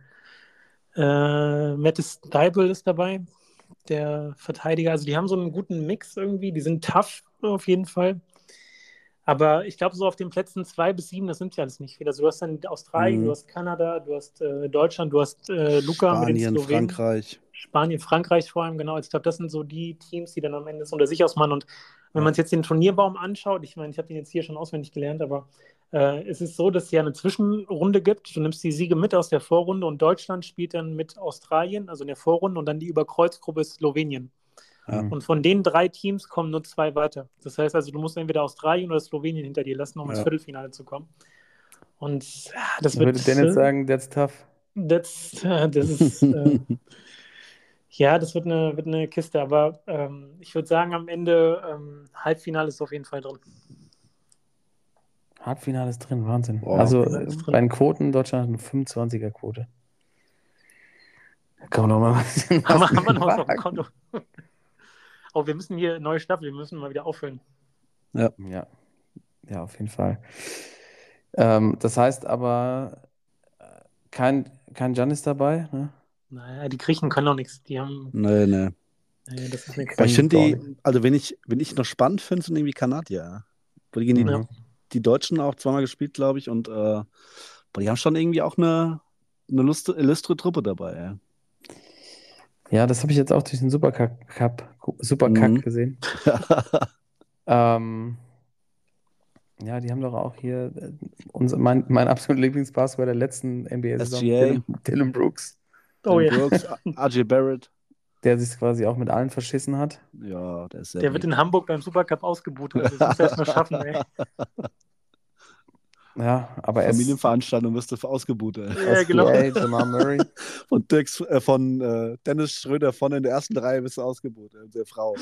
Mattis Thybulle ist dabei, der Verteidiger. Also die haben so einen guten Mix irgendwie. Die sind tough auf jeden Fall. Aber ich glaube, so auf den Plätzen 2 bis 7, das sind ja alles nicht viel. Also du hast dann Australien, du hast Kanada, du hast Deutschland, du hast Luka mit den Slowenen. Spanien, Frankreich vor allem, genau. Also ich glaube, das sind so die Teams, die dann am Ende unter sich ausmachen. Und wenn man sich jetzt den Turnierbaum anschaut, ich meine, ich habe den jetzt hier schon auswendig gelernt, aber es ist so, dass es ja eine Zwischenrunde gibt. Du nimmst die Siege mit aus der Vorrunde und Deutschland spielt dann mit Australien, also in der Vorrunde, und dann die Überkreuzgruppe Slowenien. Ja. Und von den 3 Teams kommen nur 2 weiter. Das heißt also, du musst entweder Australien oder Slowenien hinter dir lassen, um ins Viertelfinale zu kommen. Und das wird... Würde Dennis sagen, that's tough. Das ist... ja, das wird eine Kiste, aber ich würde sagen, am Ende Halbfinale ist auf jeden Fall drin. Halbfinale ist drin, Wahnsinn. Wow. Also bei den Quoten, Deutschland hat eine 25er-Quote. Da kann man noch mal was haben wir noch was auf dem Konto. Oh, wir müssen hier neue Staffel, wir müssen mal wieder auffüllen. Ja, auf jeden Fall. Das heißt aber, kein Giannis dabei, ne? Naja, die Griechen können doch nichts. Die haben. Nee. Nee, das ist nichts. Aber ich finde Boring. also wenn ich noch spannend finde, sind irgendwie Kanadier. Weil die Mhm. die Deutschen auch zweimal gespielt, glaube ich, und die haben schon irgendwie auch eine illustre Truppe dabei. Ey. Ja, das habe ich jetzt auch durch den Supercup Mhm. gesehen. Ähm, ja, die haben doch auch hier mein absoluter Lieblingsbasketballer der letzten NBA-Saison, SGA, Dylan Brooks, Oh Dylan ja, Brooks, RJ Barrett. der sich quasi auch mit allen verschissen hat. Ja, der ist sehr der wird beliebt. in Hamburg beim Supercup ausgebucht. Also das muss er erstmal schaffen, ey. Ja, aber es Familienveranstaltung wirst du ausgebuht. Ey. Ja, genau. SGA, Jamal Murray. Von Dennis Schröder vorne in der ersten Reihe bist du ausgebuht. Der Frau.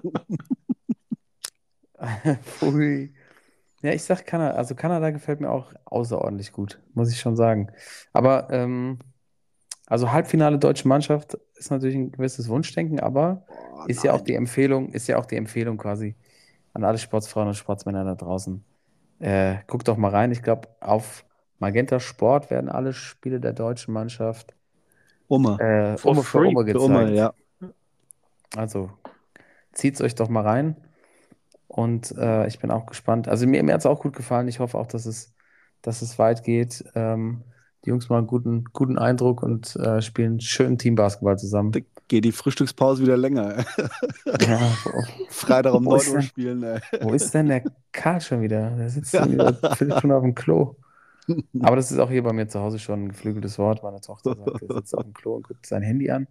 Pfui. Ja, ich sag Kanada. Also Kanada gefällt mir auch außerordentlich gut, muss ich schon sagen. Aber also Halbfinale deutsche Mannschaft ist natürlich ein gewisses Wunschdenken, aber Oh, ist ja auch nein. ist ja auch die Empfehlung quasi an alle Sportsfrauen und Sportsmänner da draußen. Guckt doch mal rein. Ich glaube, auf Magenta Sport werden alle Spiele der deutschen Mannschaft Oma. For für free. Umme Für Oma, gezeigt. ja. Also zieht's euch doch mal rein. Und ich bin auch gespannt. Also mir hat es auch gut gefallen. Ich hoffe auch, dass es weit geht. Die Jungs machen einen guten Eindruck und spielen schön Teambasketball zusammen. Da geht die Frühstückspause wieder länger. Ey. Ja, Freitag um Wo 9 ist Uhr denn- spielen. Ey. wo ist denn der Karl schon wieder? Der sitzt irgendwie seit einer Viertelstunde auf dem Klo. Aber das ist auch hier bei mir zu Hause schon ein geflügeltes Wort. Meine Tochter sagt, er sitzt auf dem Klo und guckt sein Handy an.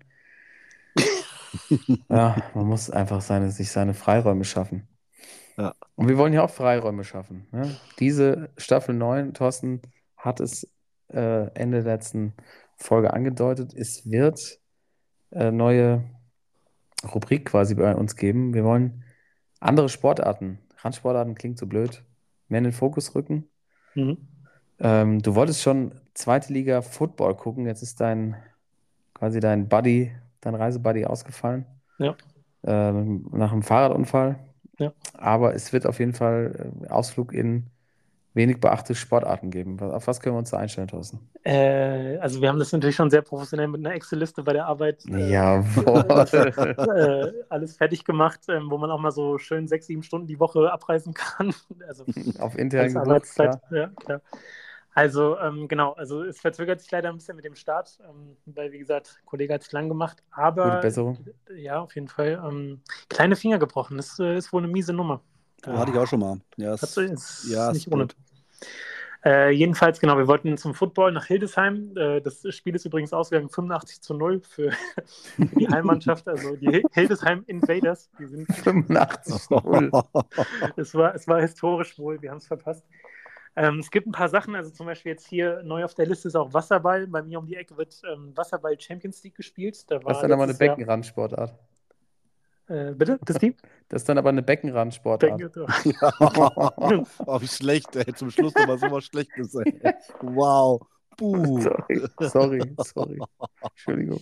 Ja, man muss einfach sich seine Freiräume schaffen. Ja. Und wir wollen ja auch Freiräume schaffen. Ne? Diese Staffel 9, Thorsten hat es Ende der letzten Folge angedeutet. Es wird neue Rubrik quasi bei uns geben. Wir wollen andere Sportarten, Randsportarten klingt so blöd, mehr in den Fokus rücken. Mhm. Du wolltest schon zweite Liga Football gucken. Jetzt ist dein Reisebuddy ausgefallen. Ja. Nach einem Fahrradunfall. Ja. Aber es wird auf jeden Fall Ausflug in wenig beachtete Sportarten geben. Auf was können wir uns da einstellen, Thorsten? Also wir haben das natürlich schon sehr professionell mit einer Excel-Liste bei der Arbeit Jawohl. alles fertig gemacht, wo man auch mal so schön 6, 7 Stunden die Woche abreisen kann. Also Auf intern als gebucht, Arbeitszeit. klar. Ja, klar. Also genau, also es verzögert sich leider ein bisschen mit dem Start, weil wie gesagt, der Kollege hat sich lang gemacht, Gute aber Besserung. ja, auf jeden Fall kleine Finger gebrochen. Das ist wohl eine miese Nummer. Hatte ich auch schon mal. Ja, Ist ja, nicht ist ohne. blöd. Jedenfalls, genau, wir wollten zum Football nach Hildesheim. Das Spiel ist übrigens ausgegangen 85-0 für die Heimmannschaft, also die Hildesheim Invaders. Die sind 85-0. es war historisch wohl, wir haben es verpasst. Es gibt ein paar Sachen, also zum Beispiel jetzt hier neu auf der Liste ist auch Wasserball. Bei mir um die Ecke wird Wasserball Champions League gespielt. Da Das war ist dann aber eine letztes Jahr- Beckenrandsportart. Bitte? Das Team? Das ist dann aber eine Beckenrandsportart. Oh, wie schlecht, ey. Zum Schluss nochmal so was Schlechtes, ey. Wow. Puh. Sorry. Entschuldigung.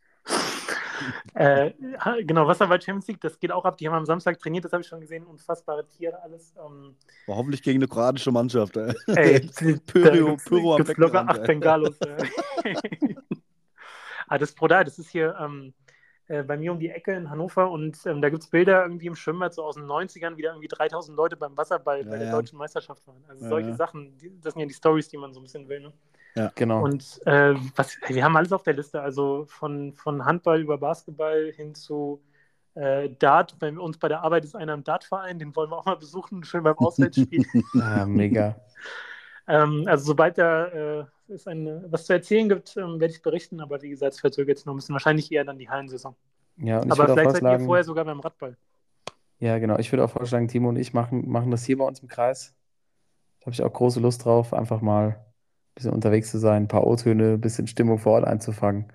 Genau, Wasserball Champions League, das geht auch ab. Die haben am Samstag trainiert, das habe ich schon gesehen. Unfassbare Tiere, alles. War hoffentlich gegen eine kroatische Mannschaft, ey. Pyro am gibt's locker Beckenrand, 8 ey. Bengalos. Das ist brutal, das ist hier bei mir um die Ecke in Hannover und da gibt es Bilder irgendwie im Schwimmbad so aus den 90ern, wie da irgendwie 3000 Leute beim Wasserball bei der deutschen Meisterschaft waren. Also solche Sachen, das sind ja die Stories, die man so ein bisschen will. Ne? Ja. Genau. Und wir haben alles auf der Liste, also von Handball über Basketball hin zu Dart. Bei uns bei der Arbeit ist einer im Dartverein, den wollen wir auch mal besuchen, schön beim Auswärtsspiel. Mega. Also sobald da was zu erzählen gibt, werde ich berichten, aber wie gesagt, es verzögert sich noch ein bisschen, wahrscheinlich eher dann die Hallensaison. Ja, und ich Aber würde auch vielleicht seid ihr vorschlagen, vorher sogar beim Radball. ja, genau. Ich würde auch vorschlagen, Timo und ich machen das hier bei uns im Kreis. Da habe ich auch große Lust drauf, einfach mal ein bisschen unterwegs zu sein, ein paar O-Töne, ein bisschen Stimmung vor Ort einzufangen.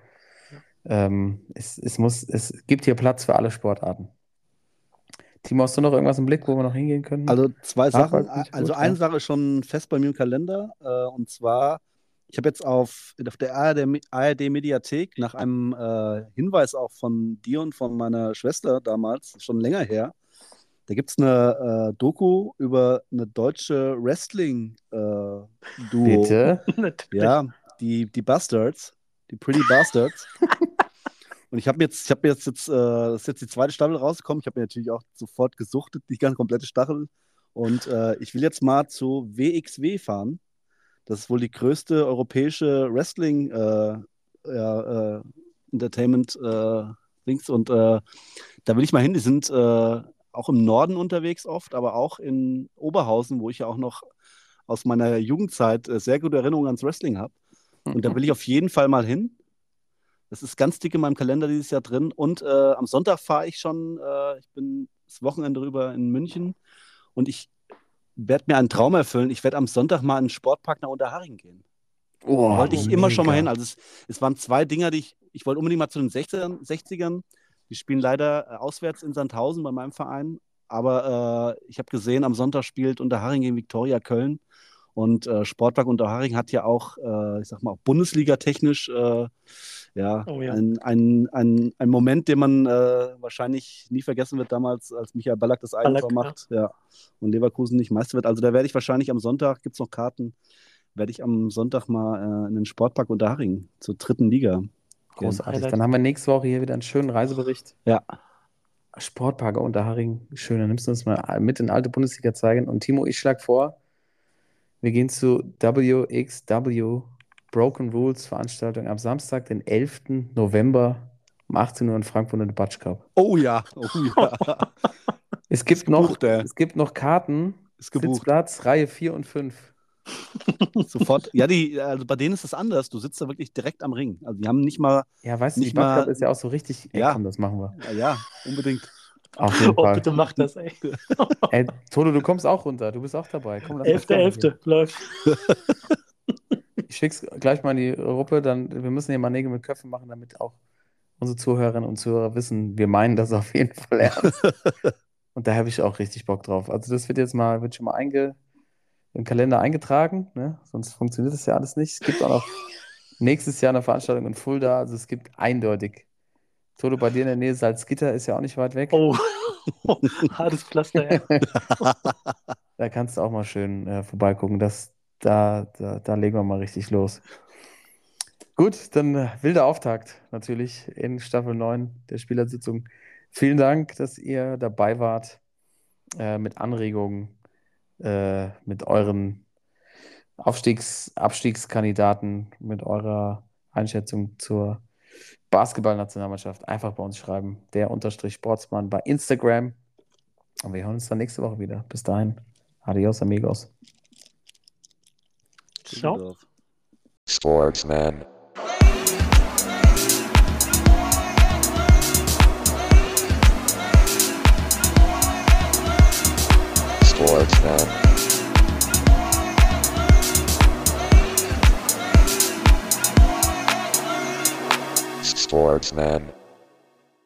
Es gibt hier Platz für alle Sportarten. Timo, hast du noch irgendwas im Blick, wo wir noch hingehen können? Also zwei Radball Sachen. finde ich Also gut, eine ja. Sache ist schon fest bei mir im Kalender. Und zwar, ich habe jetzt auf der ARD-Mediathek nach einem Hinweis auch von dir und von meiner Schwester damals, schon länger her, da gibt es eine Doku über eine deutsche Wrestling-Duo. Bitte? Natürlich. Ja, die Bastards, die Pretty Bastards. Und ich habe jetzt, das ist jetzt die zweite Staffel rausgekommen. Ich habe mir natürlich auch sofort gesuchtet, die ganz komplette Staffel. Und ich will jetzt mal zu WXW fahren. Das ist wohl die größte europäische Wrestling Entertainment Dings. Und da will ich mal hin. Die sind auch im Norden unterwegs oft, aber auch in Oberhausen, wo ich ja auch noch aus meiner Jugendzeit sehr gute Erinnerungen ans Wrestling habe. Und da will ich auf jeden Fall mal hin. Das ist ganz dick in meinem Kalender dieses Jahr drin. Und am Sonntag fahre ich schon, ich bin das Wochenende rüber in München und ich werde mir einen Traum erfüllen. Ich werde am Sonntag mal in den Sportpark nach Unterhaching gehen. Oh, Da wollte ich immer schon mal hin. mega. Also es waren zwei Dinger, ich wollte unbedingt mal zu den 60ern. Die spielen leider auswärts in Sandhausen bei meinem Verein. Aber ich habe gesehen, am Sonntag spielt Unterhaching gegen Viktoria Köln. Und Sportpark Unterhaching hat ja auch, ich sag mal, auch bundesligatechnisch ja, Oh ja. ein Moment, den man wahrscheinlich nie vergessen wird damals, als Michael Ballack das Eigentor Ballack, macht, ja, und Leverkusen nicht Meister wird. Also da werde ich wahrscheinlich am Sonntag, gibt es noch Karten, werde ich am Sonntag mal in den Sportpark Unterhaching zur 3. Liga gehen. Großartig. Highlight. Dann haben wir nächste Woche hier wieder einen schönen Reisebericht. Ja, Sportpark Unterhaching, schön. Dann nimmst du uns mal mit in alte Bundesliga zeigen. Und Timo, ich schlage vor, wir gehen zu WXW Broken Rules Veranstaltung am Samstag, den 11. November um 18 Uhr in Frankfurt in der Batsch Cup. oh ja, Es gibt gebucht, es gibt noch Karten, ist gebucht. Sitzplatz, Reihe 4 und 5. Sofort. Ja, also bei denen ist es anders. Du sitzt da wirklich direkt am Ring. Also die haben nicht mal, Ja, weißt du, die Nicht Batsch mal- Cup ist ja auch so richtig. Ey, Ja. komm, das machen wir. ja, unbedingt. Auf jeden Oh, Fall. bitte mach das, ey. Ey, Toto, du kommst auch runter. Du bist auch dabei. Komm, lass uns gerne 11.11. läuft. Ich schick's gleich mal in die Gruppe, wir müssen hier mal Nägel mit Köpfen machen, damit auch unsere Zuhörerinnen und Zuhörer wissen, wir meinen das auf jeden Fall ernst. Und da habe ich auch richtig Bock drauf. Also das wird schon mal im Kalender eingetragen, ne? Sonst funktioniert das ja alles nicht. Es gibt auch noch nächstes Jahr eine Veranstaltung in Fulda, also es gibt eindeutig. Toto, bei dir in der Nähe Salzgitter ist ja auch nicht weit weg. Oh, hartes Pflaster, ja. Da kannst du auch mal schön vorbeigucken. Da legen wir mal richtig los. Gut, dann wilder Auftakt natürlich in Staffel 9 der Spielersitzung. Vielen Dank, dass ihr dabei wart mit Anregungen, mit euren Abstiegskandidaten, mit eurer Einschätzung zur Basketballnationalmannschaft. Einfach bei uns schreiben, der_Sportsmann bei Instagram. Und wir hören uns dann nächste Woche wieder. Bis dahin, adios amigos. Ciao. Sportsman. Sportsman. Sportsman.